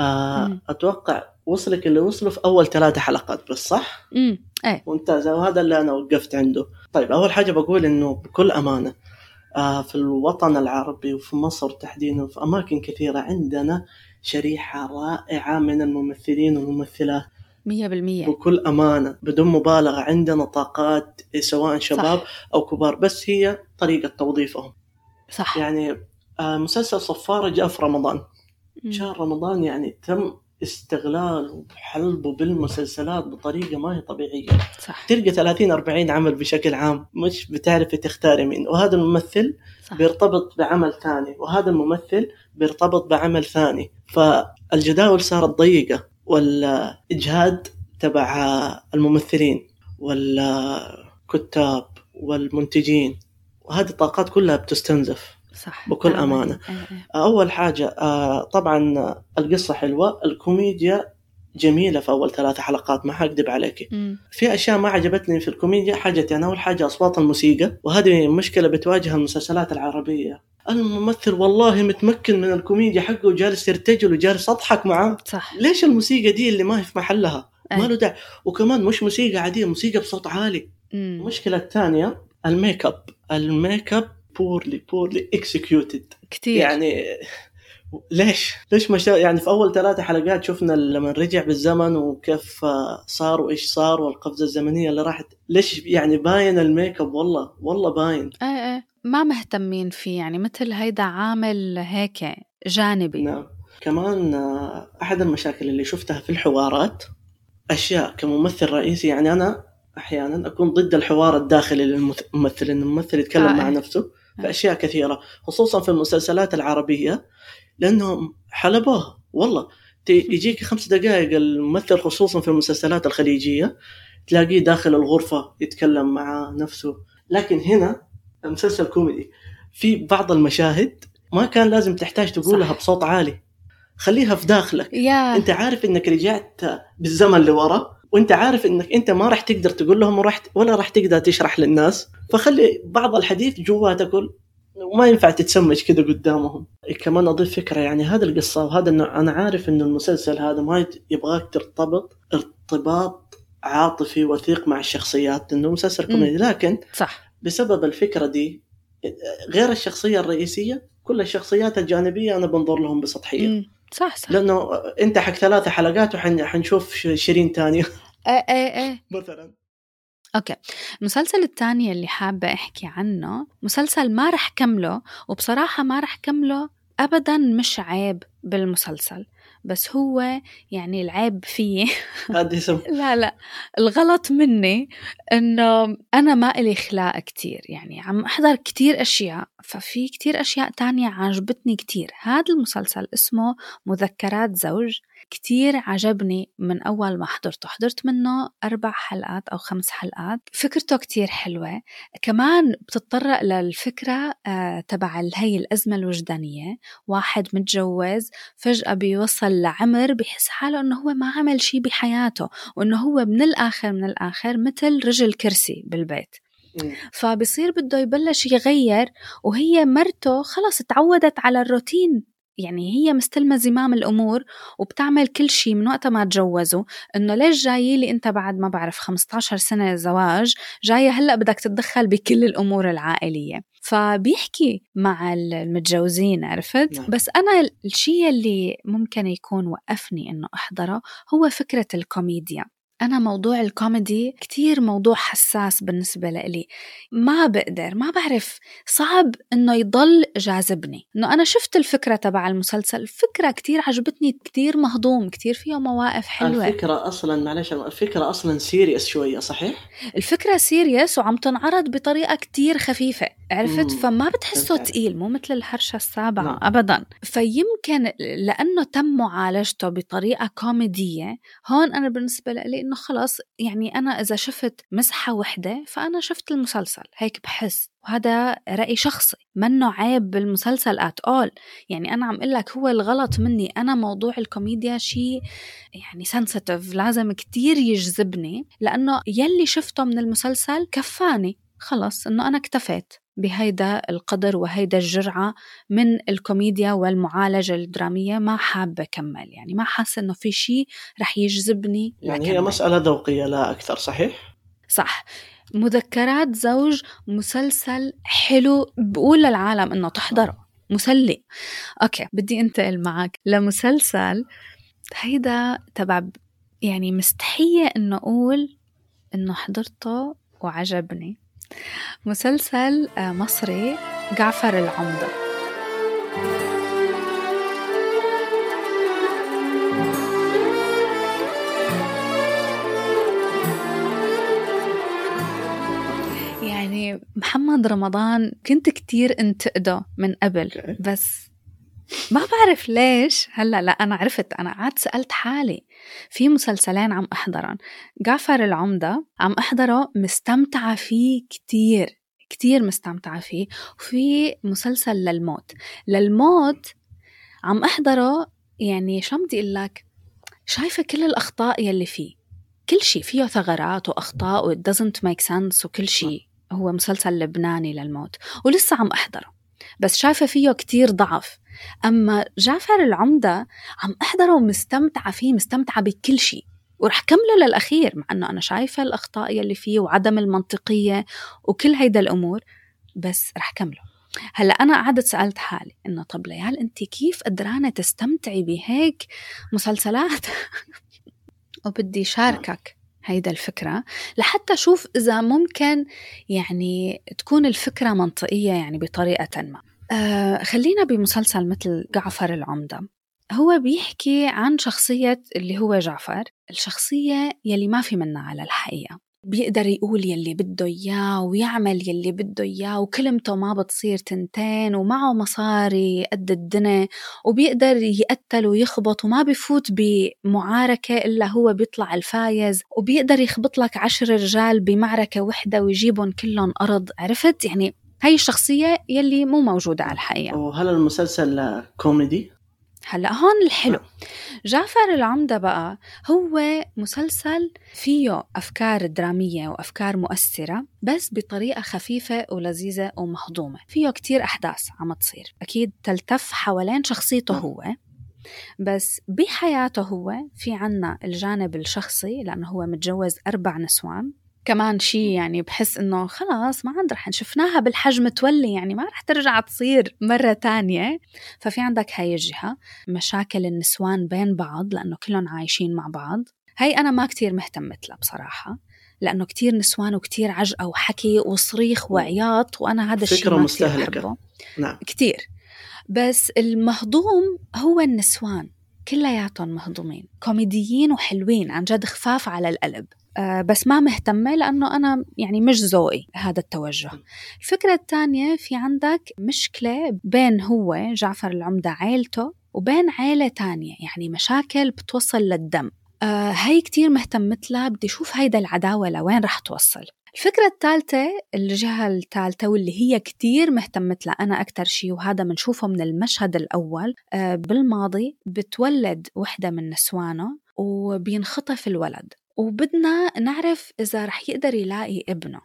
أتوقع وصلك اللي وصلوا في أول 3 حلقات بس، صح؟ إيه ممتازة، وهذا اللي أنا وقفت عنده. طيب أول حاجة بقول إنه بكل أمانة في الوطن العربي وفي مصر تحديدا وفي أماكن كثيرة عندنا شريحة رائعة من الممثلين والممثلات 100%. بكل أمانة بدون مبالغة عندنا طاقات سواء شباب صح. أو كبار، بس هي طريقة توظيفهم. صح. يعني مسلسل صفارة جاء في رمضان، شهر رمضان، يعني تم استغلال وحلبه بالمسلسلات بطريقة ما هي طبيعية. صح. تلقى 30-40 عمل بشكل عام، مش بتعرف تختار مين، وهذا الممثل صح. بيرتبط بعمل ثاني، وهذا الممثل بيرتبط بعمل ثاني، فالجداول صارت ضيقة، والإجهاد تبع الممثلين والكتاب والمنتجين، وهذه الطاقات كلها بتستنزف. صح. بكل أمانة. أول حاجة طبعا القصة حلوة، الكوميديا جميلة في أول 3 حلقات، ما حكذب عليك. في أشياء ما عجبتني في الكوميديا. حاجتين، أول حاجة أصوات الموسيقى، وهذه مشكلة بتواجه المسلسلات العربية. الممثل والله متمكن من الكوميديا حقه وجالس يرتجل وجالس أضحك معاه. صح. ليش الموسيقى دي اللي ما هي في محلها؟ ما له داعي. وكمان مش موسيقى عادية، موسيقى بصوت عالي. المشكلة الثانية الميك اب poorly executed كتير. يعني ليش مش يعني في أول 3 حلقات شفنا لما رجع بالزمن وكيف صار وإيش صار والقفزة الزمنية اللي راحت، ليش يعني باين الميك اب، والله باين. ما مهتمين فيه، يعني مثل هيدا عامل هيك جانبي. نعم. كمان أحد المشاكل اللي شفتها في الحوارات، أشياء كممثل رئيسي، يعني أنا أحيانا أكون ضد الحوار الداخلي للممثل، إن الممثل يتكلم مع نفسه في أشياء كثيرة، خصوصا في المسلسلات العربية، لأنهم حلبوها. والله يجيك 5 دقائق الممثل، خصوصا في المسلسلات الخليجية تلاقيه داخل الغرفة يتكلم مع نفسه. لكن هنا مسلسل كوميدي، في بعض المشاهد ما كان لازم تحتاج تقولها بصوت عالي، خليها في داخلك. انت عارف انك رجعت بالزمن لورا، وانت عارف انك انت ما راح تقدر تقول لهم ولا راح تقدر تشرح للناس، فخلي بعض الحديث جواتك وما ينفع تتسمج كده قدامهم. كمان أضيف فكرة، يعني هذا القصة وهذا أنا عارف إنه المسلسل هذا ما يبغاك ترتبط ارتباط عاطفي وثيق مع الشخصيات، إنه مسلسل كوميدي، لكن صح. بسبب الفكرة دي غير الشخصية الرئيسية، كل الشخصيات الجانبية أنا بنظر لهم بسطحية. صح. لأنه أنت حق 3 حلقات وحنشوف شيرين تانية مثلا. أوكي، المسلسل الثاني اللي حابة أحكي عنه مسلسل ما رح كمله، وبصراحة ما رح كمله أبداً، مش عيب، بالمسلسل، بس هو يعني العيب فيه لا الغلط مني إنه أنا ما إلي خلاق كتير، يعني عم أحضر كتير أشياء، ففي كتير أشياء تانية عجبتني كتير. هذا المسلسل اسمه مذكرات زوج، كتير عجبني من أول ما حضرت منه 4 حلقات أو 5 حلقات. فكرته كتير حلوة، كمان بتتطرق للفكرة تبع هي الأزمة الوجدانية. واحد متجوز فجأة بيوصل لعمر بيحس حاله أنه هو ما عمل شي بحياته، وأنه هو من الآخر مثل رجل كرسي بالبيت. فبصير بده يبلش يغير، وهي مرته خلاص تعودت على الروتين، يعني هي مستلمة زمام الأمور وبتعمل كل شيء من وقت ما تجوزوا. إنه ليش جاي لي أنت بعد ما بعرف 15 سنة زواج جاية هلأ بدك تتدخل بكل الأمور العائلية؟ فبيحكي مع المتجوزين، عرفت؟ نعم. بس أنا الشيء اللي ممكن يكون وقفني إنه أحضره هو فكرة الكوميديا. أنا موضوع الكوميدي كتير موضوع حساس بالنسبة لي، ما بعرف، صعب إنه يضل جاذبني. إنه أنا شفت الفكرة تبع المسلسل، فكرة كتير عجبتني، كتير مهضوم، كتير فيه مواقف حلوة. الفكرة أصلا سيريس شوية، صحيح؟ الفكرة سيريس وعم تنعرض بطريقة كتير خفيفة، عرفت؟ فما بتحسه تقيل، مو مثل الحرشة السابعة. نعم. أبدا. فيمكن لأنه تم معالجته بطريقة كوميدية، هون أنا بالنسبة لي إنه خلاص، يعني أنا إذا شفت مسحة وحدة فأنا شفت المسلسل، هيك بحس. وهذا رأي شخصي، منه عيب بالمسلسل at all. يعني أنا عم قلك هو الغلط مني أنا، موضوع الكوميديا شيء يعني sensitive، لازم كتير يجذبني، لأنه يلي شفته من المسلسل كفاني خلص، إنه أنا اكتفيت بهيدا القدر وهيدا الجرعة من الكوميديا والمعالجة الدرامية. ما حابة كمل، يعني ما حاسة إنه في شيء رح يجذبني. يعني هي مسألة ذوقية لا أكثر، صحيح؟ صح. مذكرات زوج مسلسل حلو، بقول للعالم إنه تحضره، مسلي. أوكي، بدي أنتقل معك لمسلسل هيدا تبع، يعني مستحية إنه أقول إنه حضرته وعجبني. مسلسل مصري، جعفر العمدة. يعني محمد رمضان كنت كتير انتقده من قبل، بس ما بعرف ليش هلأ لا أنا عرفت. أنا قعدت سألت حالي في مسلسلين عم أحضرهم، جعفر العمدة عم أحضره مستمتعة فيه كتير مستمتعة فيه، وفي مسلسل للموت عم أحضره. يعني شو بدي أقول لك، شايفة كل الأخطاء يلي فيه، كل شيء فيه ثغرات وأخطاء و it doesn't make sense وكل شيء. هو مسلسل لبناني للموت ولسه عم أحضره، بس شايفة فيه كتير ضعف. أما جعفر العمدة عم أحضره ومستمتعة فيه، مستمتعة بكل شيء، ورح كمله للأخير، مع أنه أنا شايفة الأخطاء يلي فيه وعدم المنطقية وكل هيدا الأمور، بس رح كمله. هلأ أنا قعدت سألت حالي إنه طب ليال أنت كيف قدرانة تستمتعي بهيك مسلسلات؟ وبدي شاركك هيدا الفكرة لحتى شوف إذا ممكن يعني تكون الفكرة منطقية يعني بطريقة ما. خلينا بمسلسل مثل جعفر العمدة. هو بيحكي عن شخصية اللي هو جعفر، الشخصية يلي ما في منها على الحقيقة، بيقدر يقول يلي بده إياه ويعمل يلي بده إياه، وكلمته ما بتصير تنتين، ومعه مصاري قد الدنيا، وبيقدر يقتل ويخبط وما بيفوت بمعاركة إلا هو بيطلع الفايز، وبيقدر يخبط لك 10 رجال بمعركة واحدة ويجيبهم كلهم أرض. عرفت؟ يعني هاي الشخصية يلي مو موجودة على الحقيقة. وهل المسلسل كوميدي؟ هلأ هون الحلو، جعفر العمدة بقى هو مسلسل فيه أفكار درامية وأفكار مؤثرة، بس بطريقة خفيفة ولذيذة ومهضومة. فيه كتير أحداث عم تصير أكيد تلتف حوالين شخصيته هو، بس بحياته هو في عنا الجانب الشخصي، لأنه هو متجوز 4 نسوان. كمان شيء يعني بحس إنه خلاص ما عند رح نشوفناها بالحجم تولي، يعني ما رح ترجع تصير مرة تانية. ففي عندك هاي الجهة، مشاكل النسوان بين بعض لأنه كلهم عايشين مع بعض. هاي أنا ما كتير مهتمت لها بصراحة، لأنه كتير نسوان وكتير عجقة وحكي وصريخ وعياط، وأنا هذا الشيء ما كتير بحبه. نعم. كتير. بس المهضوم هو النسوان كلياتهم مهضومين، كوميديين وحلوين عن جد، خفاف على القلب. بس ما مهتمة لأنه أنا يعني مش ذوقي هذا التوجه. الفكرة الثانية، في عندك مشكلة بين هو جعفر العمدة عائلته وبين عائلة تانية، يعني مشاكل بتوصل للدم. هاي كتير مهتمت لها، بدي شوف هيدا العداوة لوين رح توصل. الفكرة الثالثة، الجهة الثالثة واللي هي كتير مهتمت لها أنا أكتر شيء، وهذا منشوفه من المشهد الأول، بالماضي بتولد وحدة من نسوانه وبينخطف الولد، وبدنا نعرف إذا رح يقدر يلاقي ابنه.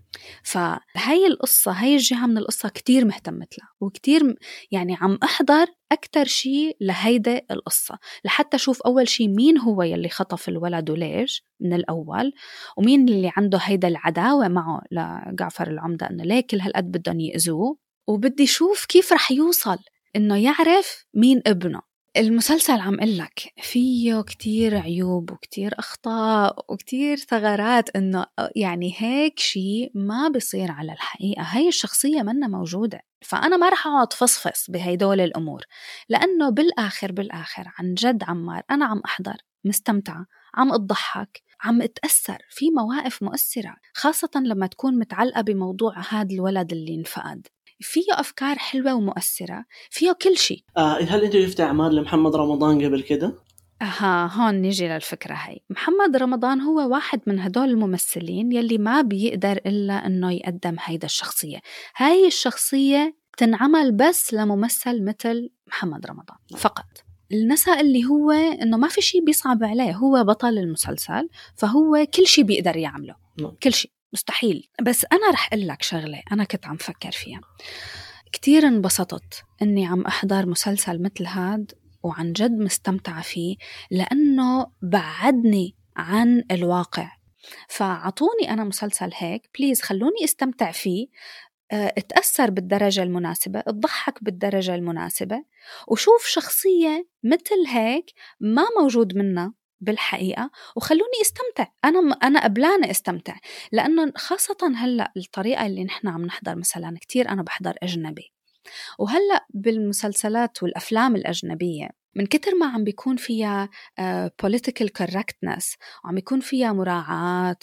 فهاي القصة، هاي الجهة من القصة كتير مهتمت لها، وكتير يعني عم أحضر أكتر شيء لهيدا القصة لحتى شوف أول شيء مين هو يلي خطف الولد وليش من الأول، ومين اللي عنده هيدا العداوة معه لجعفر العمدة إنه ليه كل هالقد بدهم يأذوه، وبدي شوف كيف رح يوصل إنه يعرف مين ابنه. المسلسل عم قلك فيه كتير عيوب وكتير أخطاء وكتير ثغرات، إنه يعني هيك شيء ما بيصير على الحقيقة، هاي الشخصية منا موجودة. فأنا ما رح أقعد فصفص بهيدول الأمور، لأنه بالآخر عن جد عمار أنا عم أحضر مستمتعة، عم أضحك، عم أتأثر في مواقف مؤثرة، خاصة لما تكون متعلقة بموضوع هذا الولد اللي انفقد. فيه أفكار حلوة ومؤثرة، فيه كل شيء. هل أنت شفت أعمال لمحمد رمضان قبل كده؟ هون نيجي للفكرة هاي. محمد رمضان هو واحد من هدول الممثلين يلي ما بيقدر إلا أنه يقدم هيدا الشخصية. هاي الشخصية تنعمل بس لممثل مثل محمد رمضان فقط. النساء اللي هو أنه ما في شيء بيصعب عليه، هو بطل المسلسل، فهو كل شيء بيقدر يعمله، كل شيء مستحيل. بس أنا رح أقول لك شغلة أنا كنت عم فكر فيها كتير، انبسطت أني عم أحضر مسلسل مثل هاد، وعن جد مستمتعة فيه لأنه بعدني عن الواقع. فعطوني أنا مسلسل هيك بليز، خلوني استمتع فيه، اتأثر بالدرجة المناسبة، اضحك بالدرجة المناسبة، وشوف شخصية مثل هيك ما موجود منها بالحقيقة، وخلوني استمتع. أنا قبلانة استمتع، لأنه خاصة هلأ الطريقة اللي نحن عم نحضر مثلا كتير أنا بحضر أجنبي، وهلأ بالمسلسلات والأفلام الأجنبية من كتر ما عم بيكون فيها political correctness، وعم بيكون فيها مراعاة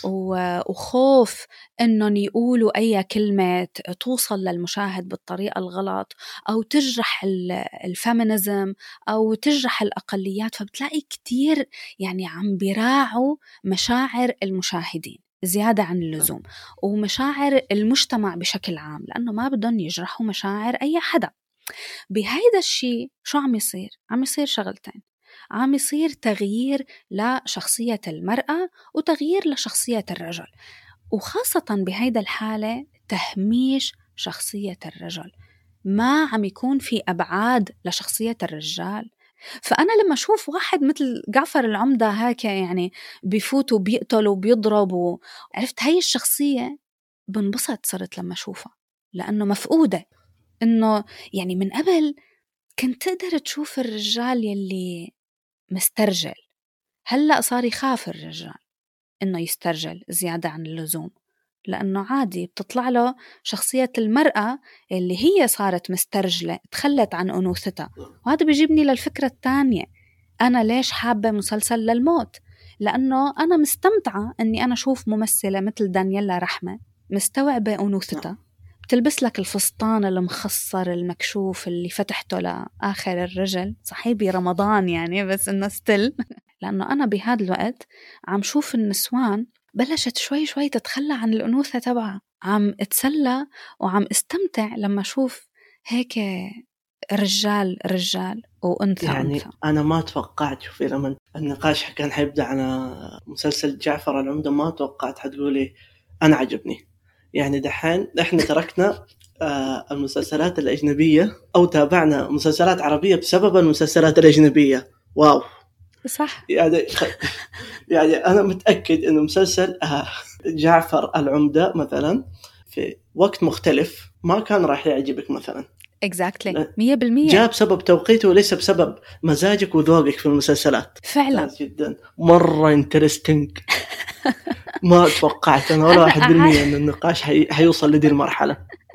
وخوف إنهم يقولوا أي كلمة توصل للمشاهد بالطريقة الغلط، أو تجرح الفيمينيزم أو تجرح الأقليات، فبتلاقي كتير يعني عم بيراعوا مشاعر المشاهدين زيادة عن اللزوم، ومشاعر المجتمع بشكل عام، لأنه ما بدهم يجرحوا مشاعر أي حدا. بهيدا الشيء شو عم يصير؟ عم يصير شغلتين، عم يصير تغيير لشخصية المرأة وتغيير لشخصية الرجل، وخاصة بهيدا الحالة تهميش شخصية الرجل، ما عم يكون في أبعاد لشخصية الرجال. فأنا لما أشوف واحد مثل جعفر العمدة هيك يعني بيفوت وبيقتل وبيضرب، عرفت هاي الشخصية بنبسط صرت لما أشوفها، لأنه مفقودة. إنه يعني من قبل كنت تقدر تشوف الرجال يلي مسترجل، هلأ صار يخاف الرجال إنه يسترجل زيادة عن اللزوم، لأنه عادي بتطلع له شخصية المرأة اللي هي صارت مسترجلة، تخلت عن أنوثتها. وهذا بيجيبني للفكرة الثانية، أنا ليش حابة مسلسل للموت؟ لأنه أنا مستمتعة أني أنا أشوف ممثلة مثل دانييلا رحمة مستوعبة أنوثتها، بتلبس لك الفستان المخصر المكشوف اللي فتحته لآخر الرجل، صحيح رمضان يعني، بس إنه ستيل لأنه أنا بهذا الوقت عم شوف النسوان بلشت شوي شوي تتخلى عن الأنوثة تبعها، عم اتسلى وعم استمتع لما أشوف هيك رجال وأنثى يعني أنثى. أنا ما توقعت، شوفي لما النقاش كان حيبدأ على مسلسل جعفر العمدة ما توقعت حتقولي أنا عجبني. يعني دحين إحنا تركنا المسلسلات الأجنبية أو تابعنا مسلسلات عربية بسبب المسلسلات الأجنبية. واو صح. يعني أنا متأكد إنه مسلسل جعفر العمدة مثلا في وقت مختلف ما كان راح يعجبك مثلا. exactly 100%. جاء بسبب توقيته وليس بسبب مزاجك وذوقك في المسلسلات. فعلا جدا مرة انترستينج. ما توقعت أنا ولا 1% إن النقاش حيوصل لدي المرحلة.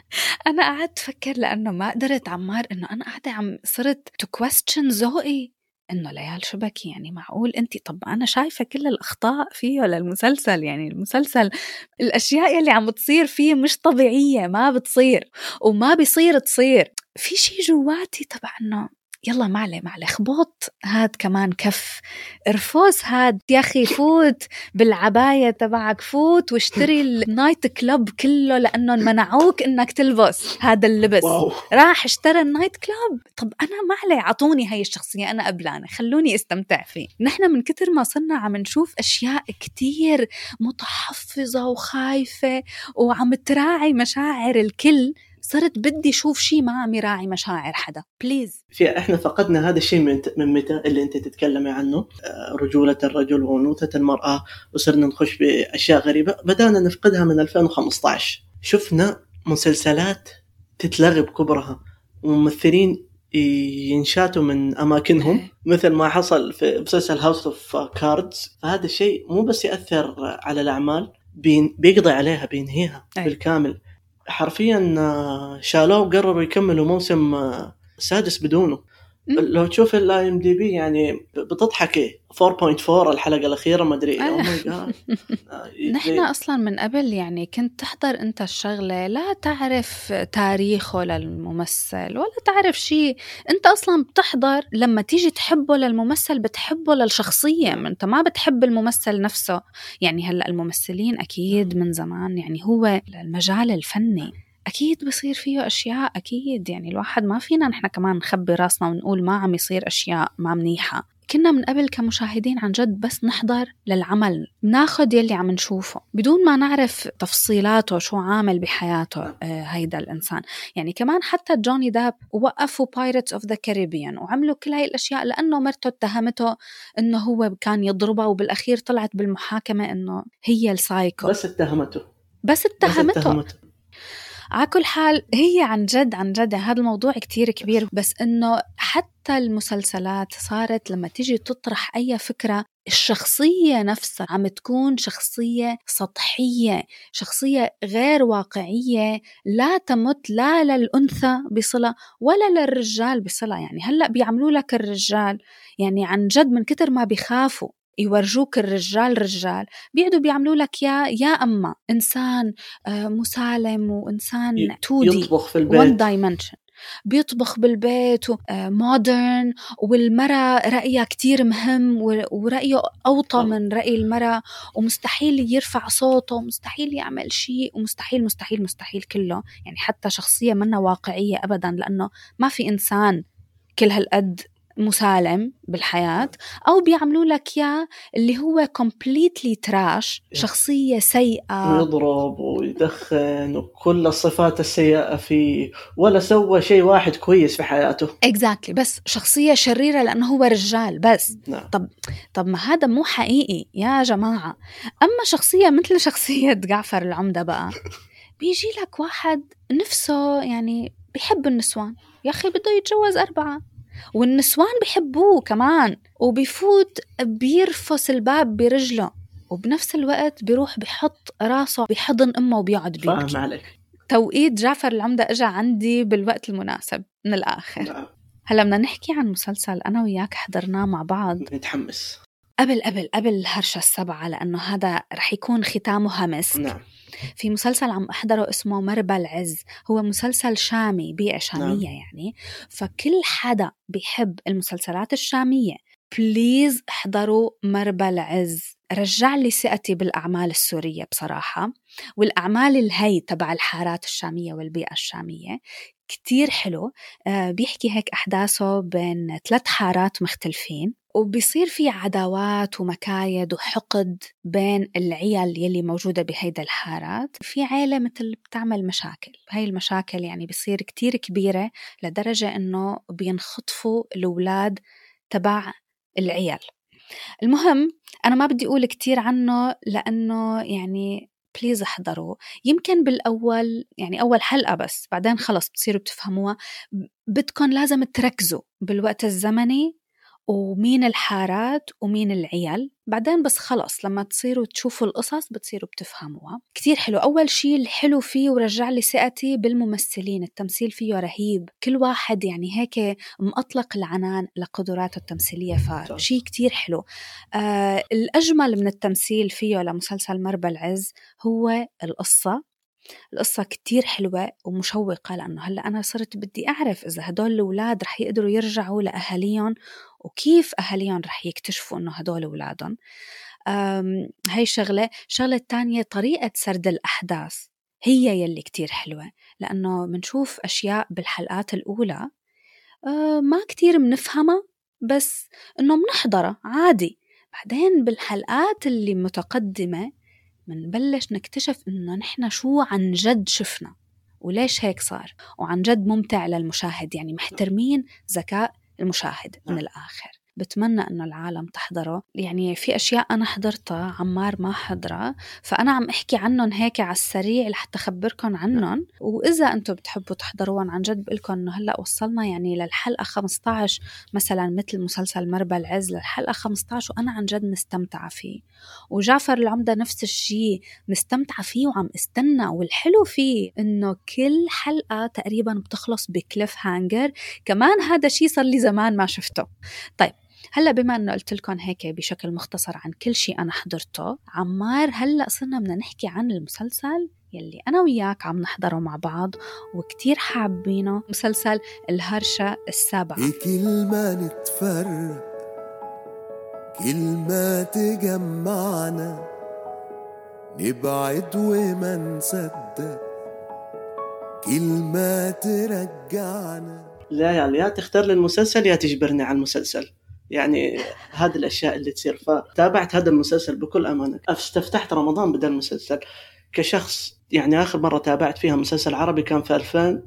أنا قعدت أفكر لأنه ما قدرت عمار إنه أنا قاعدة صرت to question ذوقي إنه ليال شبكي يعني معقول أنتي؟ طب أنا شايفة كل الأخطاء فيه للمسلسل، يعني المسلسل الأشياء اللي عم بتصير فيه مش طبيعية، ما بتصير وما بيصير تصير في شي جواتي تبع إنه يلا معلي خبوط هاد كمان كف رفوس هاد يا أخي، فوت بالعباية تبعك، فوت واشتري النايت كلاب كله لأنه منعوك إنك تلبس هذا اللبس. واو. راح اشترى النايت كلاب. طب أنا معلي عطوني هاي الشخصية، أنا قبلانة، خلوني استمتع فيه. نحن من كتر ما صرنا عم نشوف أشياء كتير متحفظة وخايفة وعم تراعي مشاعر الكل، صرت بدي شوف شيء ما عم يراعي مشاعر حدا بليز. احنا فقدنا هذا الشيء من متى اللي انت تتكلمي عنه، رجولة الرجل وأنوثة المرأة، وصرنا نخش بأشياء غريبة. بدأنا نفقدها من 2015. شفنا مسلسلات تتلغي بكبرها وممثلين ينشاتوا من أماكنهم مثل ما حصل في مسلسل هاوس اوف كاردز. فهذا الشيء مو بس يأثر على الأعمال، بيقضي عليها، بينهيها بالكامل حرفيا. شالوه وقرروا يكملوا موسم سادس بدونه. لو تشوف IMDb يعني بتضحكي 4.4 الحلقة الأخيرة ما أدري. نحن أصلا من قبل يعني كنت تحضر أنت الشغلة لا تعرف تاريخه للممثل ولا تعرف شيء، أنت أصلا بتحضر لما تيجي تحبه للممثل بتحبه للشخصية، أنت ما بتحب الممثل نفسه. يعني هلأ الممثلين أكيد من زمان يعني هو المجال الفني أكيد بصير فيه أشياء، أكيد يعني الواحد ما فينا نحن كمان نخبي راسنا ونقول ما عم يصير أشياء ما منيحة. كنا من قبل كمشاهدين عن جد بس نحضر للعمل، ناخد يلي عم نشوفه بدون ما نعرف تفصيلاته شو عامل بحياته هيدا الإنسان. يعني كمان حتى جوني داب وقفوا Pirates of the Caribbean وعملوا كل هاي الأشياء لأنه مرته اتهمته إنه هو كان يضربها، وبالأخير طلعت بالمحاكمة إنه هي السايكو، بس اتهمته. على كل حال هي عن جد هذا الموضوع كتير كبير. بس إنه حتى المسلسلات صارت لما تيجي تطرح أي فكرة، الشخصية نفسها عم تكون شخصية سطحية، شخصية غير واقعية، لا تمت لا للأنثى بصلة ولا للرجال بصلة. يعني هلأ بيعملوا لك الرجال يعني عن جد من كتر ما بيخافوا يورجوك الرجال رجال، بيقعدوا بيعملوا لك يا أما إنسان مسالم وإنسان 2D يطبخ في البيت، one dimension، بيطبخ بالبيت مودرن، والمرأة رأيها كتير مهم ورأيه أوطى من رأي المرأة، ومستحيل يرفع صوته ومستحيل يعمل شيء ومستحيل مستحيل مستحيل كله. يعني حتى شخصية منا واقعية أبدا، لأنه ما في إنسان كل هالقد مسالم بالحياة. أو بيعملوا لك يا اللي هو completely trash، شخصية سيئة ويضرب ويدخن وكل الصفات السيئة فيه، ولا سوى شيء واحد كويس في حياته. exactly، بس شخصية شريرة لأنه هو رجال بس. نعم. طب ما هذا مو حقيقي يا جماعة. أما شخصية مثل شخصية جعفر العمدة بقى بيجي لك واحد نفسه يعني بيحب النسوان، يا أخي بده يتجوز 4 والنسوان بيحبوه كمان، وبيفوت بيرفس الباب برجله، وبنفس الوقت بيروح بيحط راسه بحضن أمه وبيقعد بيبكي. فاهم عليك. توقيت جعفر العمدة اجى عندي بالوقت المناسب من الآخر. نعم. هلا بدنا نحكي عن مسلسل أنا وياك حضرناه مع بعض متحمس قبل هرشة السبعة، لأنه هذا رح يكون ختامه همس. نعم. في مسلسل عم أحضره اسمه مربى العز، هو مسلسل شامي، بيئة شامية. نعم. يعني فكل حدا بيحب المسلسلات الشامية بليز احضروا مربى العز. رجع لي ثقتي بالأعمال السورية بصراحة، والأعمال الهي تبع الحارات الشامية والبيئة الشامية كتير حلو. بيحكي هيك أحداثه بين 3 حارات مختلفين، وبيصير في عداوات ومكايد وحقد بين العيال يلي موجودة بهيدا الحارات. في عيلة مثل بتعمل مشاكل، هاي المشاكل يعني بيصير كتير كبيرة لدرجة إنه بينخطفوا الأولاد تبع العيال. المهم أنا ما بدي أقول كتير عنه لأنه يعني بليز احضروا. يمكن بالأول يعني أول حلقة بس، بعدين خلص بتصيروا بتفهموها. بدكن لازم تركزوا بالوقت الزمني ومين الحارات ومين العيال. بعدين بس خلص لما تصيروا تشوفوا القصص بتصيروا بتفهموها. كتير حلو. أول شيء الحلو فيه ورجع لي ثقتي بالممثلين، التمثيل فيه رهيب، كل واحد يعني هيك مأطلق العنان لقدراته التمثيلية، فشيء كتير حلو. الأجمل من التمثيل فيه لمسلسل مربى العز هو القصة كتير حلوة ومشوقة، لأنه هلأ أنا صرت بدي أعرف إذا هدول الأولاد رح يقدروا يرجعوا لأهاليهم وكيف أهاليهم رح يكتشفوا إنه هدول أولادهم. هاي شغلة التانية طريقة سرد الأحداث هي يلي كتير حلوة، لأنه منشوف أشياء بالحلقات الأولى ما كتير منفهمها، بس إنه منحضرها عادي. بعدين بالحلقات اللي متقدمة منبلش نكتشف إنه نحن شو عن جد شفنا وليش هيك صار، وعن جد ممتع للمشاهد. يعني محترمين ذكاء المشاهد من الآخر. بتمنى إنه العالم تحضره. يعني في أشياء أنا حضرتها عمار ما حضرها، فأنا عم أحكي عنهم هيك على السريع لحتى أخبركم عنهم، وإذا أنتم بتحبوا تحضروهم عن جد بقولكم إنه هلأ وصلنا يعني للحلقة 15 مثلا، مثل مسلسل مربى العز للحلقة 15 وأنا عن جد مستمتعة فيه، وجعفر العمدة نفس الشيء مستمتعة فيه وعم استنى. والحلو فيه إنه كل حلقة تقريبا بتخلص بكليف هانجر، كمان هذا شيء صار لي زمان ما شفته. طيب هلأ بما أنه قلت لكم هيك بشكل مختصر عن كل شيء أنا حضرته، عمار هلأ صرنا بدنا نحكي عن المسلسل يلي أنا وياك عم نحضره مع بعض وكتير حابينه، مسلسل الهرشة السابعة. كلمة نتفرق، كلمة تجمعنا، نبعد وما نصدق، كلمة ترجعنا. لا يا تختار للمسلسل يا تجبرني على المسلسل، يعني هذه الأشياء اللي تصير. فتابعت هذا المسلسل بكل أمانة، استفتحت رمضان بدل المسلسل كشخص. يعني آخر مرة تابعت فيها مسلسل عربي كان في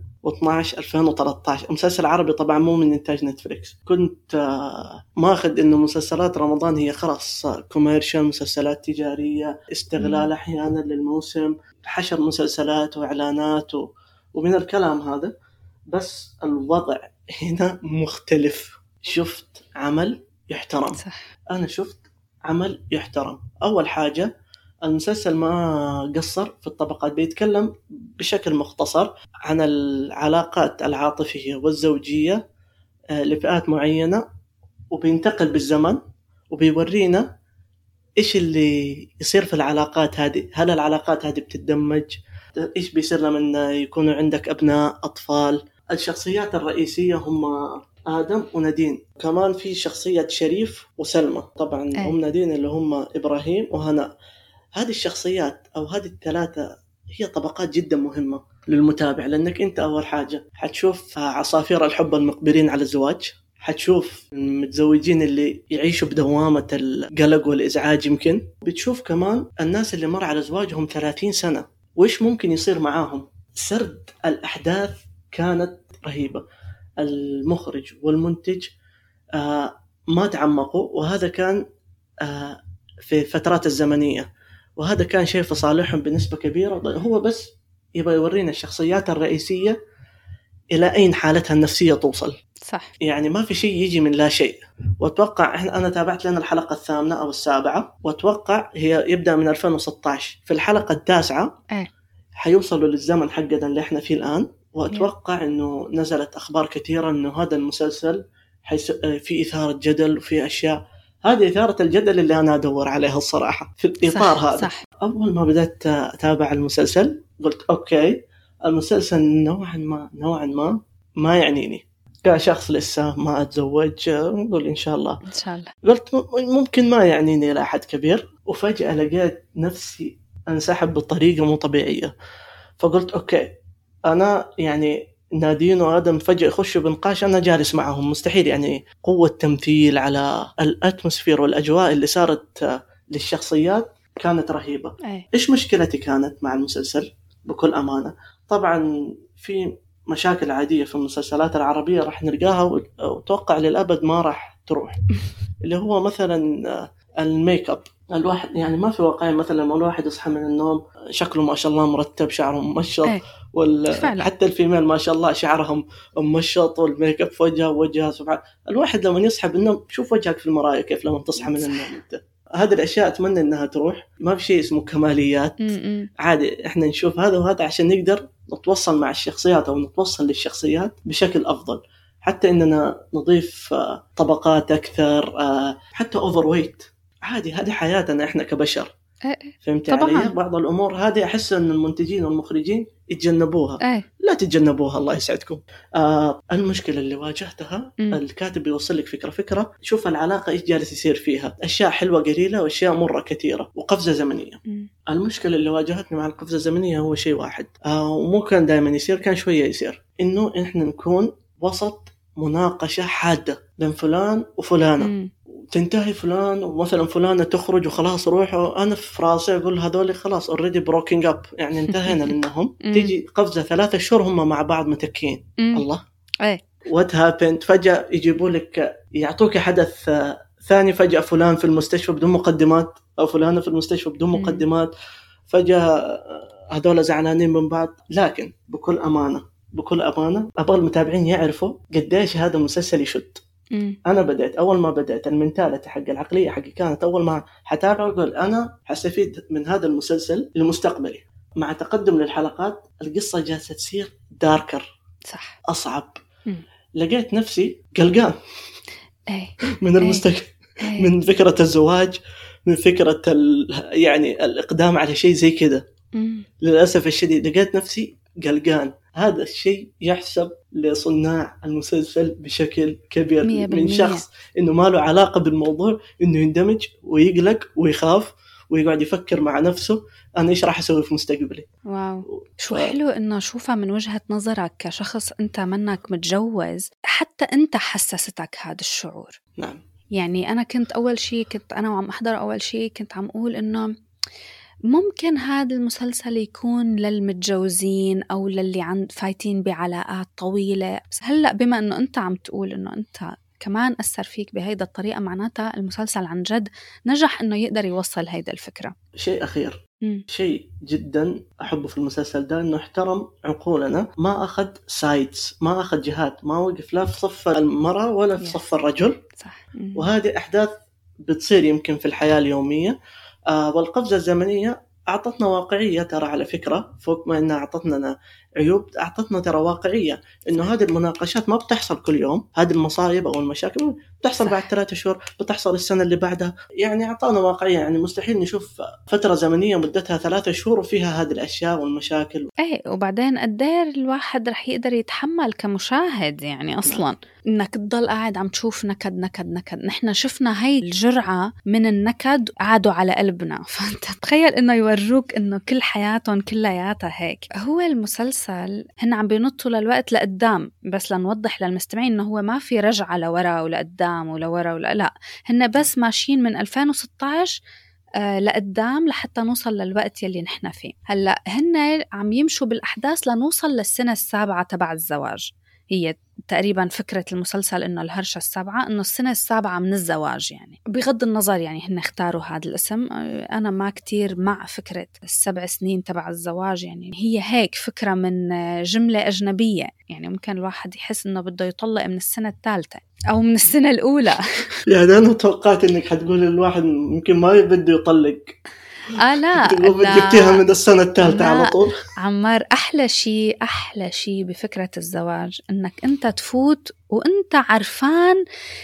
2012-2013، مسلسل عربي طبعا مو من إنتاج نتفليكس. كنت ماخذ إنه مسلسلات رمضان هي خلاص كوميرشال، مسلسلات تجارية، استغلال أحيانا للموسم، حشر مسلسلات وإعلانات ومن الكلام هذا. بس الوضع هنا مختلف. شفت عمل يحترم. صح. أنا شفت عمل يحترم. أول حاجة المسلسل ما قصر في الطبقات، بيتكلم بشكل مختصر عن العلاقات العاطفية والزوجية لفئات معينة، وبينتقل بالزمن وبيورينا إيش اللي يصير في العلاقات هذه. هل العلاقات هذه بتتدمج؟ إيش بيصير لما يكونوا عندك أبناء أطفال؟ الشخصيات الرئيسية هم آدم ونادين، كمان في شخصية شريف وسلمى. طبعا هم نادين اللي هم إبراهيم وهناء. هذه الشخصيات أو هذه الثلاثة هي طبقات جدا مهمة للمتابع، لأنك أنت أول حاجة حتشوف عصافير الحب المقبلين على الزواج، حتشوف المتزوجين اللي يعيشوا بدوامة القلق والإزعاج، يمكن بتشوف كمان الناس اللي مر على زواجهم 30 سنة وإيش ممكن يصير معاهم. سرد الأحداث كانت رهيبة. المخرج والمنتج ما تعمقوا، وهذا كان في فترات الزمنية، وهذا كان شيء في صالحهم بنسبة كبيرة. هو بس يبغى يورينا الشخصيات الرئيسية إلى أين حالتها النفسية توصل. صح. يعني ما في شيء يجي من لا شيء. وأتوقع أنا تابعت لنا الحلقة 8 أو 7، وأتوقع هي يبدأ من 2016. في الحلقة 9 حيوصلوا للزمن حقنا اللي احنا فيه الآن. وأتوقع أنه نزلت أخبار كثيرة أنه هذا المسلسل في إثارة جدل وفي أشياء. هذه إثارة الجدل اللي أنا أدور عليها الصراحة في الإطار هذا. صح. أول ما بدأت أتابع المسلسل قلت أوكي، المسلسل نوعا ما يعنيني كشخص لسه ما أتزوج. نقول إن شاء الله قلت ممكن ما يعنيني إلى حد كبير. وفجأة لقيت نفسي أنسحب بطريقة مو طبيعية. فقلت أوكي، أنا يعني نادين وآدم فجأة يخشوا بنقاش أنا جالس معهم، مستحيل. يعني قوة تمثيل على الأتموسفير والأجواء اللي صارت للشخصيات كانت رهيبة. إيش مشكلتي كانت مع المسلسل بكل أمانة؟ طبعا في مشاكل عادية في المسلسلات العربية راح نلقاها وتوقع للأبد ما راح تروح. اللي هو مثلا الميك اب. الواحد يعني ما في واقعي، مثلا لما الواحد يصحى من النوم شكله ما شاء الله مرتب، شعره ممشط، حتى الفيميل ما شاء الله شعرهم ممشط والميك اب في وجهها سبحان. الواحد لما يصحى من النوم شوف وجهك في المراية كيف لما تصحى من النوم انت. هذه الاشياء اتمنى انها تروح. ما في شيء اسمه كماليات، عادي احنا نشوف هذا وهذا عشان نقدر نتوصل مع الشخصيات او نتوصل للشخصيات بشكل افضل، حتى اننا نضيف طبقات اكثر، حتى اوفر ويت عادي، هذه حياتنا احنا كبشر. فهمت علي؟ بعض الامور هذه احس ان المنتجين والمخرجين يتجنبوها. لا تتجنبوها الله يسعدكم. المشكله اللي واجهتها الكاتب يوصل لك فكره شوف العلاقه ايش جالس يصير فيها، اشياء حلوه قليله واشياء مره كثيره وقفزه زمنيه. المشكله اللي واجهتني مع القفزه الزمنيه هو شيء واحد، ومو كان دائما يصير، كان شويه يصير، انه احنا نكون وسط مناقشه حاده بين فلان وفلانه، تنتهي فلان ومثلا فلانة تخرج وخلاص روحوا، أنا في راسي أقول هذول خلاص already broken up، يعني انتهينا منهم. تيجي قفزة 3 شهور هم مع بعض متكين. الله what happened؟ فجأة يجيبوا لك يعطوك حدث ثاني، فجأة فلان في المستشفى بدون مقدمات أو فلانة في المستشفى بدون مقدمات، فجأة هذول زعلانين من بعض. لكن بكل أمانة أبغى المتابعين يعرفوا قديش هذا المسلسل يشد. أنا بدأت أول ما بدأت المنتالة حق العقلية حقي كانت أول ما حتابع أقول أنا حستفيد من هذا المسلسل لمستقبلي. مع تقدم للحلقات القصة جالسة تصير داركر، صح، أصعب. لقيت نفسي قلقان من المستقبل، من فكرة الزواج، من فكرة يعني الإقدام على شيء زي كده. للأسف الشديد لقيت نفسي قلقان. هذا الشيء يحسب لصناع المسلسل بشكل كبير، من شخص إنه ما له علاقة بالموضوع إنه يندمج ويقلق ويخاف ويقعد يفكر مع نفسه أنا إيش راح أسوي في مستقبلي. واو، شو حلو إنه أشوفها من وجهة نظرك كشخص أنت منك متجوز، حتى أنت حسستك هذا الشعور. نعم. يعني أنا كنت أول شيء أنا وعم أحضر أول شيء كنت عم أقول إنه ممكن هذا المسلسل يكون للمتجوزين أو للي فايتين بعلاقات طويلة، بس هلأ بما أنه أنت عم تقول أنه أنت كمان أثر فيك بهيدا الطريقة، معناتها المسلسل عن جد نجح أنه يقدر يوصل هيدا الفكرة. شيء أخير، شيء جدا أحبه في المسلسل ده أنه احترم عقولنا، ما أخذ سايدز، ما أخذ جهات، ما وقف لا في صف المرأة ولا في صف الرجل. صح. وهذه أحداث بتصير يمكن في الحياة اليومية. والقفزة الزمنية أعطتنا واقعية ترى، على فكرة فوق ما إنها أعطتنا عيوب، أعطتنا ترى واقعية إنه هذه المناقشات ما بتحصل كل يوم، هذه المصايب أو المشاكل بتحصل بعد 3 شهور، بتحصل السنة اللي بعدها. يعني أعطانا واقعية، يعني مستحيل نشوف فترة زمنية مدتها 3 شهور وفيها هذه الأشياء والمشاكل. وبعدين قدير الواحد رح يقدر يتحمل كمشاهد، يعني أصلاً إنك تضل قاعد عم تشوف نكد نكد نكد. نحن شفنا هاي الجرعة من النكد عادوا على قلبنا، فأنت تخيل إنه يوروك إنه كل حياتهم كلياتها هيك. هو المسلسل هن عم بينطوا للوقت لقدام، بس لنوضح للمستمعين إنه هو ما في رجعة لورا ولقدام ولورا لا، هن بس ماشيين من 2016 لقدام لحتى نوصل للوقت يلي نحن فيه هلأ. هن عم يمشوا بالأحداث لنوصل للسنة 7 تبع الزواج. هي تقريبا فكرة المسلسل إنه الهرشة 7، إنه السنة 7 من الزواج. يعني بغض النظر يعني هن اختاروا هذا الاسم، أنا ما كتير مع فكرة 7 سنين تبع الزواج. يعني هي هيك فكرة من جملة أجنبية، يعني ممكن الواحد يحس إنه بده يطلق من السنة 3 أو من السنة الأولى. يعني أنا توقعت إنك حتقول الواحد ممكن ما بده يطلق. لا جبتيها من السنة 3 على طول. عمار، أحلى شيء بفكرة الزواج إنك أنت تفوت وأنت عارفان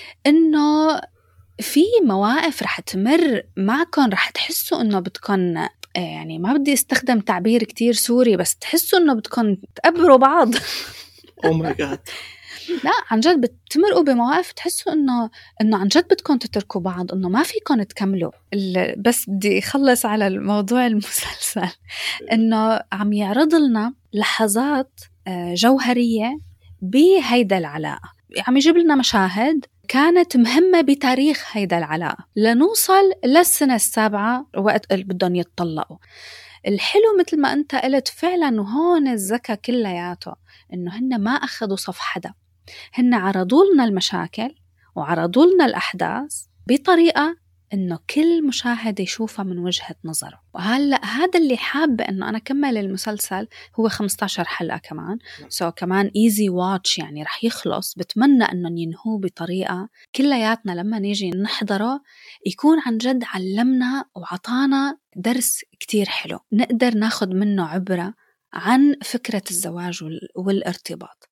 إنه في مواقف رح تمر معكم، رح تحسوا إنه بدكن، يعني ما بدي استخدم تعبير كتير سوري، بس تحسوا إنه بدكن تقبروا بعض. أو ماي جاد. لا عن جد بتمرقوا بمواقف تحسوا إنه عن جد بدكم تتركوا بعض، إنه ما فيكم تكملوا. بس بدي أخلص على الموضوع المسلسل، إنه عم يعرض لنا لحظات جوهرية بهيدا العلاقة، عم يجيب لنا مشاهد كانت مهمة بتاريخ هيدا العلاقة لنوصل للسنة 7 وقت اللي بدهم يتطلقوا. الحلو مثل ما أنت قلت فعلا، وهون الذكاء كلياته، إنه هن ما أخذوا صف حدا، هن عرضوا لنا المشاكل وعرضوا لنا الأحداث بطريقة إنه كل مشاهد يشوفها من وجهة نظره. وهلأ هذا اللي حابة إنه أنا كمل المسلسل، هو 15 حلقة كمان، كمان easy watch يعني رح يخلص. بتمنى إنه ينهوه بطريقة كلياتنا لما نيجي نحضره يكون عن جد علمنا وعطانا درس كتير حلو نقدر ناخد منه عبرة عن فكرة الزواج والارتباط.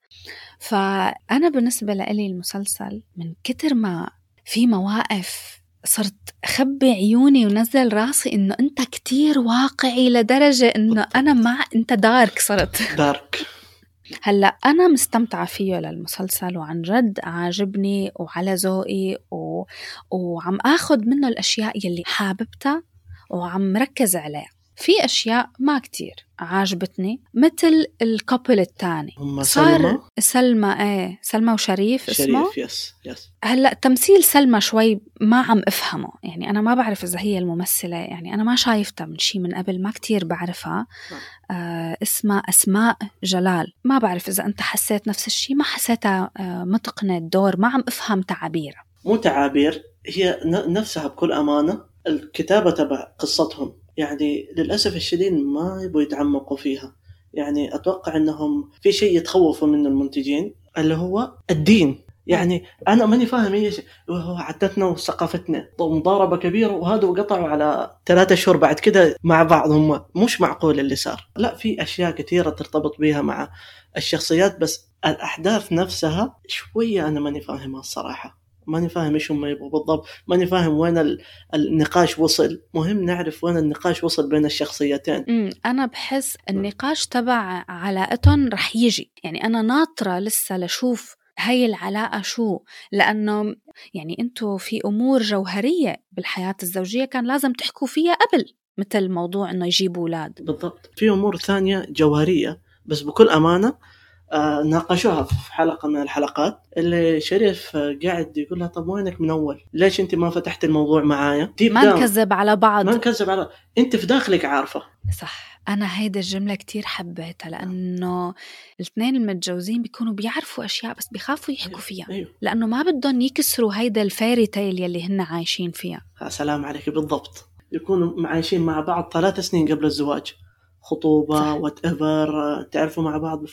فأنا بالنسبة لي المسلسل من كتر ما في مواقف صرت أخبي عيوني ونزل راسي إنه أنت كتير واقعي لدرجة إنه أنا أنت دارك صرت دارك. هلأ أنا مستمتعة فيه للمسلسل وعن جد عاجبني وعلى ذوقي وعم أخذ منه الأشياء يلي حاببتها وعم مركز عليها. في أشياء ما كتير عاجبتني مثل الكابل التاني صار سلمى وشريف اسمه يس. هلأ تمثيل سلمى شوي ما عم أفهمه، يعني أنا ما بعرف إذا هي الممثلة، يعني أنا ما شايفتها من قبل، ما كتير بعرفها. اسمها أسماء جلال، ما بعرف إذا أنت حسيت نفس الشيء. ما حسيتها متقنة الدور، ما عم أفهم تعابيرها. مو تعابير، هي نفسها بكل أمانة الكتابة تبع قصتهم يعني للأسف الشديد ما يبغوا يتعمقوا فيها. يعني أتوقع أنهم في شيء يتخوفوا منه المنتجين اللي هو الدين. يعني أنا ماني فاهم إيش هو عادتنا وثقافتنا، مضاربة كبيرة وهذا وقطعوا على 3 شهور بعد كده مع بعض. هم مش معقول اللي صار. لا، في أشياء كثيرة ترتبط بيها مع الشخصيات، بس الأحداث نفسها شوية أنا ماني فاهمها الصراحة. ماني فاهم إيش هم يبغوا بالضبط، ماني فاهم وين النقاش وصل. مهم نعرف وين النقاش وصل بين الشخصيتين. أنا بحس النقاش تبع علاقتهم رح يجي، يعني أنا ناطرة لسه لشوف هاي العلاقة شو، لأنه يعني أنتوا في أمور جوهرية بالحياة الزوجية كان لازم تحكوا فيها قبل، مثل موضوع أنه يجيبوا أولاد. بالضبط، في أمور ثانية جوهرية بس بكل أمانة ناقشوها في حلقة من الحلقات اللي شريف قاعد يقول لها طب وينك من أول؟ ليش أنت ما فتحت الموضوع معايا؟ ما نكذب على بعض، ما نكذب على أنت في داخلك عارفة. صح. أنا هيدا الجملة كتير حبيتها، لأنه الاثنين المتجوزين بيكونوا بيعرفوا أشياء بس بيخافوا يحكوا فيها. لأنه ما بدهم يكسروا هيدا الفيري تايل يلي هن عايشين فيها. سلام عليك، بالضبط. يكونوا عايشين مع بعض 3 سنين قبل الزواج، خطوبة whatever، تعرفوا مع بعض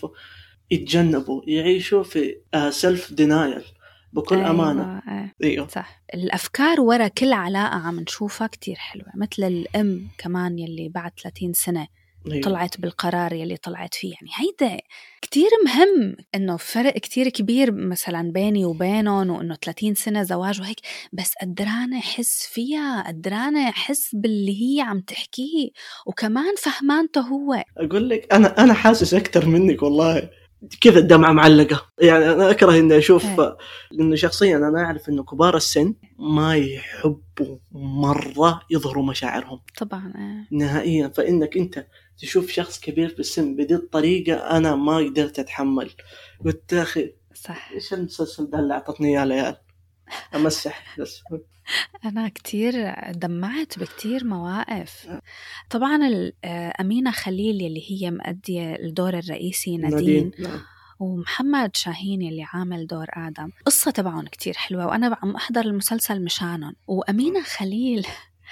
يتجنبوا يعيشوا في سيلف دينايل بكل أمانة. أيوة. صح. الأفكار ورا كل علاقة عم نشوفها كتير حلوة، مثل الأم كمان يلي بعد 30 سنة طلعت بالقرار يلي طلعت فيه. يعني هيدا كتير مهم، إنه فرق كتير كبير مثلا بيني وبينهم، وإنه 30 سنة زواج وهيك، بس قدرانة أحس فيها، قدرانة أحس باللي هي عم تحكيه، وكمان فهمانته هو. أقول لك أنا حاسس أكتر منك والله، كذا الدمعة معلقة. يعني أنا أكره إني أشوف لأنه شخصيا أنا أعرف إنه كبار السن ما يحبوا مرة يظهروا مشاعرهم طبعا نهائيا. فإنك أنت تشوف شخص كبير في السن بدي الطريقة أنا ما قدرت أتحمل. قلت أخي صح، إيش المسلسل ده اللي أعطتني يا ليال أمسح بس. أنا كتير دمعت بكتير مواقف. طبعا أمينة خليل اللي هي مؤدية الدور الرئيسي نادين. ومحمد شاهين اللي عامل دور آدم. قصة تبعهم كتير حلوة وأنا عم أحضر المسلسل مشانهم. وأمينة خليل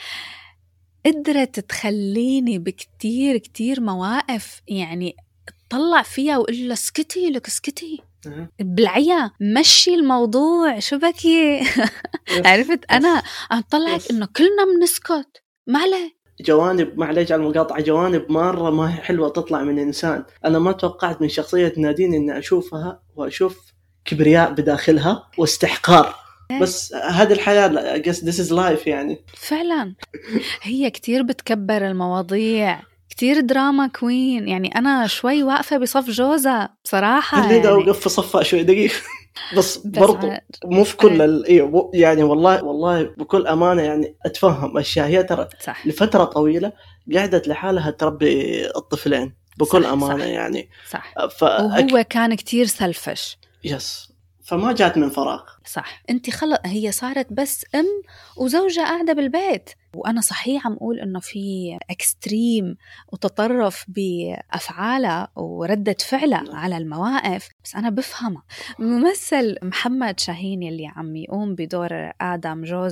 قدرت تخليني بكتير كتير مواقف يعني اطلع فيها وقل له اسكتي، لك اسكتي بالعيا، مشي الموضوع، شو بكي. عرفت أنا عم طلعك إنه كلنا بنسكت، ما عليه جوانب، معليش على المقاطعة، جوانب مرة ما هي حلوة تطلع من إنسان. أنا ما توقعت من شخصية نادين إن أشوفها وأشوف كبرياء بداخلها واستحقار. بس هذه الحياة، I guess this is life. يعني فعلا هي كتير بتكبر المواضيع، كتير دراما كوين. يعني أنا شوي واقفة بصف جوزها بصراحة. اللي ده وقف في صفها شوي دقيقة بس برضو مو في كل يعني والله بكل أمانة يعني أتفهم أشياء. هي ترى لفترة طويلة قعدت لحالها تربي الطفلين بكل أمانة. صح. يعني صح. وهو كان كتير سلفش. يس، فما جات من فراغ. صح. انت هي صارت بس ام وزوجة قاعدة بالبيت. وانا صحيح عم اقول انه في اكستريم وتطرف بافعالها وردة فعلها على المواقف، بس انا بفهمها. ممثل محمد شاهين اللي عم يقوم بدور آدم جوزا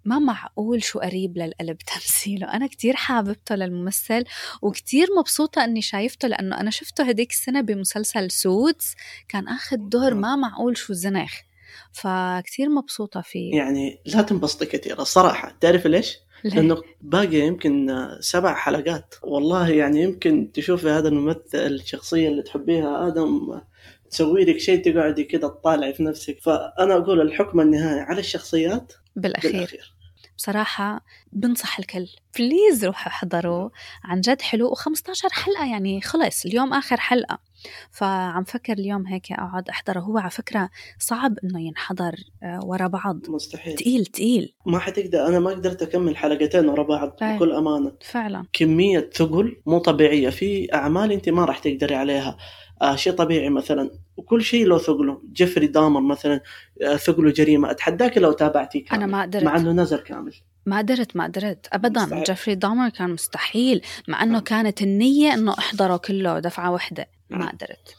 ما معقول شو قريب للقلب تمثيله. أنا كتير حاببته للممثل وكتير مبسوطة أني شايفته، لأنه أنا شفته هديك السنة بمسلسل سوتس، كان أخذ دور ما معقول شو زنخ، فكتير مبسوطة فيه. يعني لا تنبسطي كثير الصراحة، تعرف ليش؟ لأنه باقي يمكن 7 حلقات. والله يعني يمكن تشوفي هذا الممثل الشخصية اللي تحبيها آدم تسوي لك شيء تقعدي كده تطالعي في نفسك. فأنا أقول الحكم النهائي على الشخصيات بالأخير. بصراحة بنصح الكل بليز روحوا احضروا، عن جد حلو. و15 حلقة يعني خلص اليوم آخر حلقة، فعم فكر اليوم هيك أقعد أحضره. هو على فكرة صعب إنه ينحضر ورا بعض، مستحيل، تقيل ما حتقدر. أنا ما قدرت أكمل حلقتين ورا بعض بكل أمانة. فعلا كمية ثقل مو طبيعية في أعمال أنت ما راح تقدري عليها. شيء طبيعي مثلا، وكل شيء له ثقله. جيفري دامر مثلا ثقله جريمة، أتحداك لو تابعتي كامل. أنا ما قدرت، مع أنه نزل كامل ما قدرت أبدا. مستحيل. جيفري دامر كان مستحيل، مع أنه كانت النية أنه أحضره كله دفعة واحدة. ما قدرت.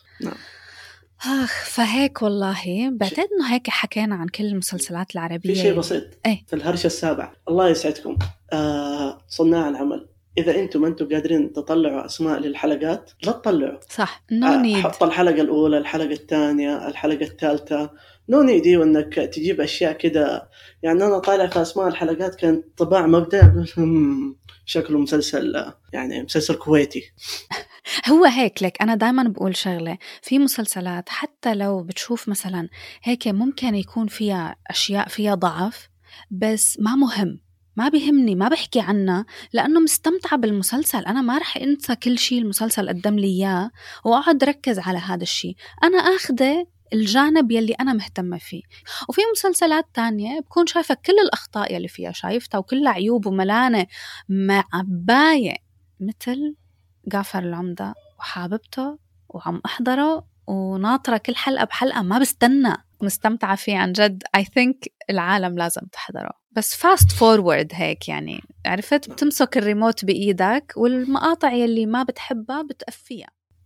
فهيك والله بعتقد أنه هيك حكينا عن كل المسلسلات العربية. في شيء بسيط في الهرشة السابعة، الله يسعدكم صناع العمل، إذا أنتم قادرين تطلعوا أسماء للحلقات لا تطلعوا. صح، نو نيد. حط الحلقة الأولى، الحلقة الثانية، الحلقة الثالثة، نو نيدي. وأنك تجيب أشياء كده. يعني أنا طالع في أسماء الحلقات كانت طباع مبدأ شكله مسلسل، يعني مسلسل كويتي. هو هيك لك. أنا دايما بقول شغلة، في مسلسلات حتى لو بتشوف مثلا هيك ممكن يكون فيها أشياء فيها ضعف، بس ما مهم، ما بيهمني، ما بحكي عنها، لأنه مستمتعة بالمسلسل. أنا ما رح أنسى كل شيء المسلسل قدم لي إياه وأقعد ركز على هذا الشيء. أنا أخذه الجانب يلي أنا مهتمة فيه. وفي مسلسلات تانية بكون شايفة كل الأخطاء يلي فيها، شايفتها وكل عيوب وملانة معباية، مثل جعفر العمدة، وحاببته وعم أحضره وناطرة كل حلقة بحلقة، ما بستنى، مستمتعة فيه عن جد. I think العالم لازم تحضره. بس fast forward هيك، يعني عرفت بتمسك الريموت بإيدك والمقاطع يلي ما بتحبها بتقفيها.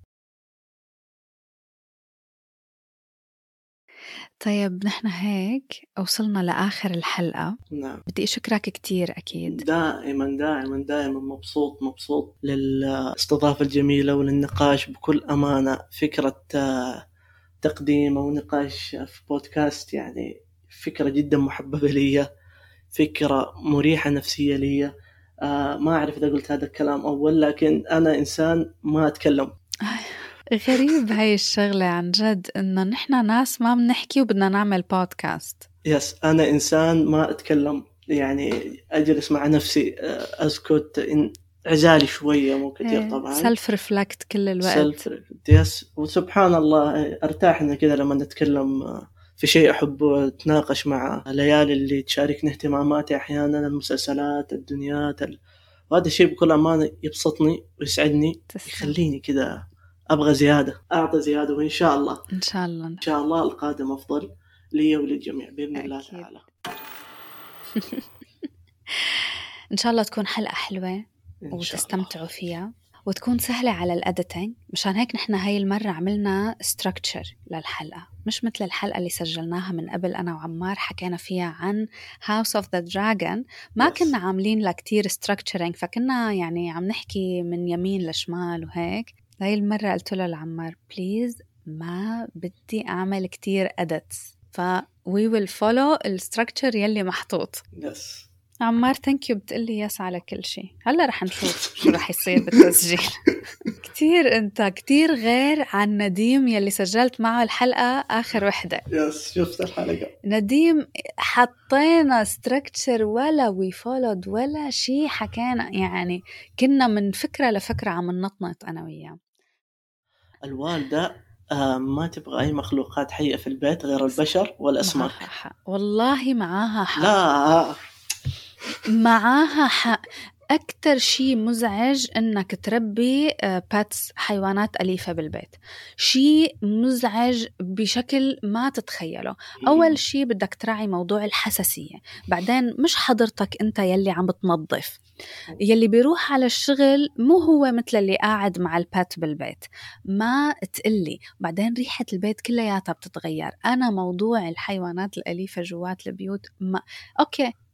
طيب نحن هيك وصلنا لآخر الحلقة. نعم. بدي أشكرك كتير أكيد. دائما مبسوط للاستضافة الجميلة وللنقاش بكل أمانة. فكرة تقديم أو نقاش في بودكاست يعني فكرة جدا محببة لي، فكرة مريحة نفسية لي. ما أعرف إذا قلت هذا الكلام أول، لكن أنا إنسان ما أتكلم. غريب هاي الشغلة عن جد، إنه نحن ناس ما بنحكي وبدنا نعمل بودكاست. يس، أنا إنسان ما أتكلم، يعني أجلس مع نفسي أسكت، إن عزالي شوية مو كتير طبعا. سلف ريفلكت كل الوقت. يس، وسبحان الله أرتاح إن كذا لما نتكلم في شيء أحبه، أتناقش مع ليالي اللي تشاركني اهتماماتي أحيانا، المسلسلات، الدنيات، وهذا الشيء بكل أمانة يبسطني ويسعدني، يخليني كذا أبغى زيادة، أعطي زيادة. وإن شاء الله القادم أفضل لي وللجميع بإذن الله تعالى. إن شاء الله تكون حلقة حلوة وتستمتعوا فيها وتكون سهلة على الأديتنج. مشان هيك نحن هاي المرة عملنا structure للحلقة، مش مثل الحلقة اللي سجلناها من قبل أنا وعمار حكينا فيها عن House of the Dragon. ما كنا عاملين لها كتير structuring، فكنا يعني عم نحكي من يمين لشمال وهيك. هاي المرة قلت له لعمار بليز ما بدي أعمل كتير edits، we will follow الستركتشر يلي محطوط. yes. عمار thank you بتقلي يس على كل شيء. هلا رح نشوف شو رح يصير بالتسجيل. انت كتير غير عن نديم يلي سجلت معه الحلقة آخر وحدة. يس شفت الحلقة. نديم حطينا ستركتشر ولا we followed ولا شيء حكينا، يعني كنا من فكرة لفكرة عم ننطنط أنا وياه. الوالدة ما تبغى أي مخلوقات حية في البيت غير البشر والأسماك. والله معاها حق. لا معاها حق. أكتر شيء مزعج إنك تربي باتس، حيوانات أليفة بالبيت، شيء مزعج بشكل ما تتخيله. أول شيء بدك تراعي موضوع الحساسية، بعدين مش حضرتك أنت يلي عم بتنظف، يلي بيروح على الشغل مو هو مثل اللي قاعد مع البات بالبيت. ما تقلي بعدين ريحة البيت كلياتها بتتغير. أنا موضوع الحيوانات الأليفة جوات البيوت أوكي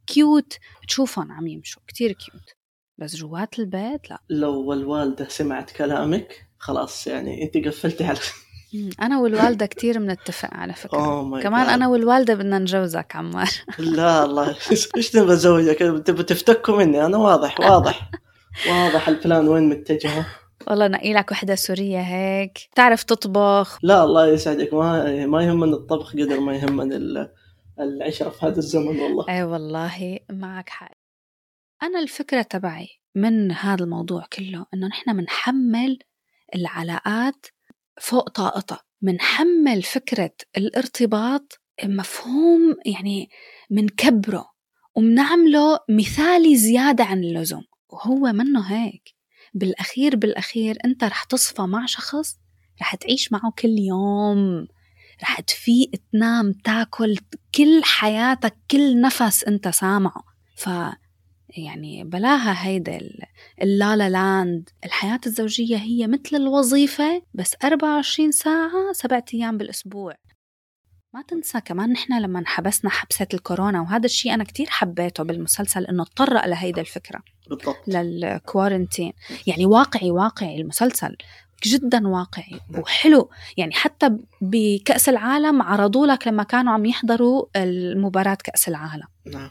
كيوت تشوفهم عم يمشوا كتير كيوت، بس جوات البيت لا. لو الوالدة سمعت كلامك خلاص يعني أنت قفلتي على أنا والوالدة كتير بنتفق على فكرة. كمان God. أنا والوالدة بدنا نجوزك عمار. لا الله إيش نبى زوجك بتفتكوا مني أنا واضح البلان وين متجهة. والله نقي لك وحدة سورية هيك تعرف تطبخ. لا الله يسعدك، ما يهمني الطبخ قدر ما يهمني العشرة في هذا الزمن والله. أي والله معك حق. أنا الفكرة تبعي من هذا الموضوع كله إنه نحن منحمل العلاقات فوق طاقتها، منحمل فكرة الارتباط مفهوم يعني منكبره ومنعمله مثالي زيادة عن اللزوم، وهو منه هيك. بالأخير أنت رح تصفى مع شخص رح تعيش معه كل يوم، رح تفيق تنام تاكل كل حياتك، كل نفس أنت سامعه. يعني بلاها هيدا اللالا لاند. الحياة الزوجية هي مثل الوظيفة بس 24 ساعة 7 أيام بالأسبوع. ما تنسى كمان نحن لما انحبسنا حبسة الكورونا، وهذا الشيء أنا كتير حبيته بالمسلسل إنه اتطرق لهيدا الفكرة بالضبط. للكوارنتين. يعني واقعي المسلسل جدا واقعي وحلو. يعني حتى بكأس العالم عرضوا لك لما كانوا عم يحضروا المباراة كأس العالم. نعم.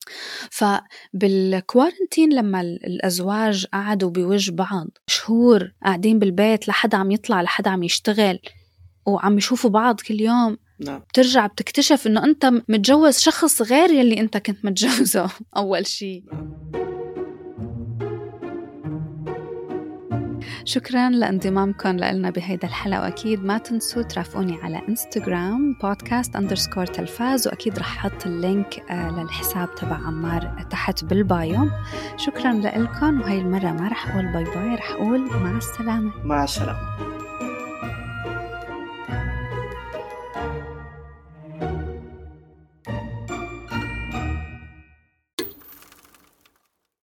فبالكوارنتين لما الأزواج قعدوا بوجه بعض شهور قاعدين بالبيت، لحد عم يطلع لحد عم يشتغل وعم يشوفوا بعض كل يوم. نعم. بترجع بتكتشف إنه أنت متجوز شخص غير يلي أنت كنت متجوزه أول شيء. شكراً لانضمامكم لنا بهيدا الحلقة، وأكيد ما تنسوا ترافقوني على إنستغرام podcast_تلفاز، وأكيد رح حط اللينك للحساب تبع عمار تحت بالبايو. شكراً لكم، وهي المرة ما رح أقول باي باي، رح أقول مع السلامة. مع السلامة.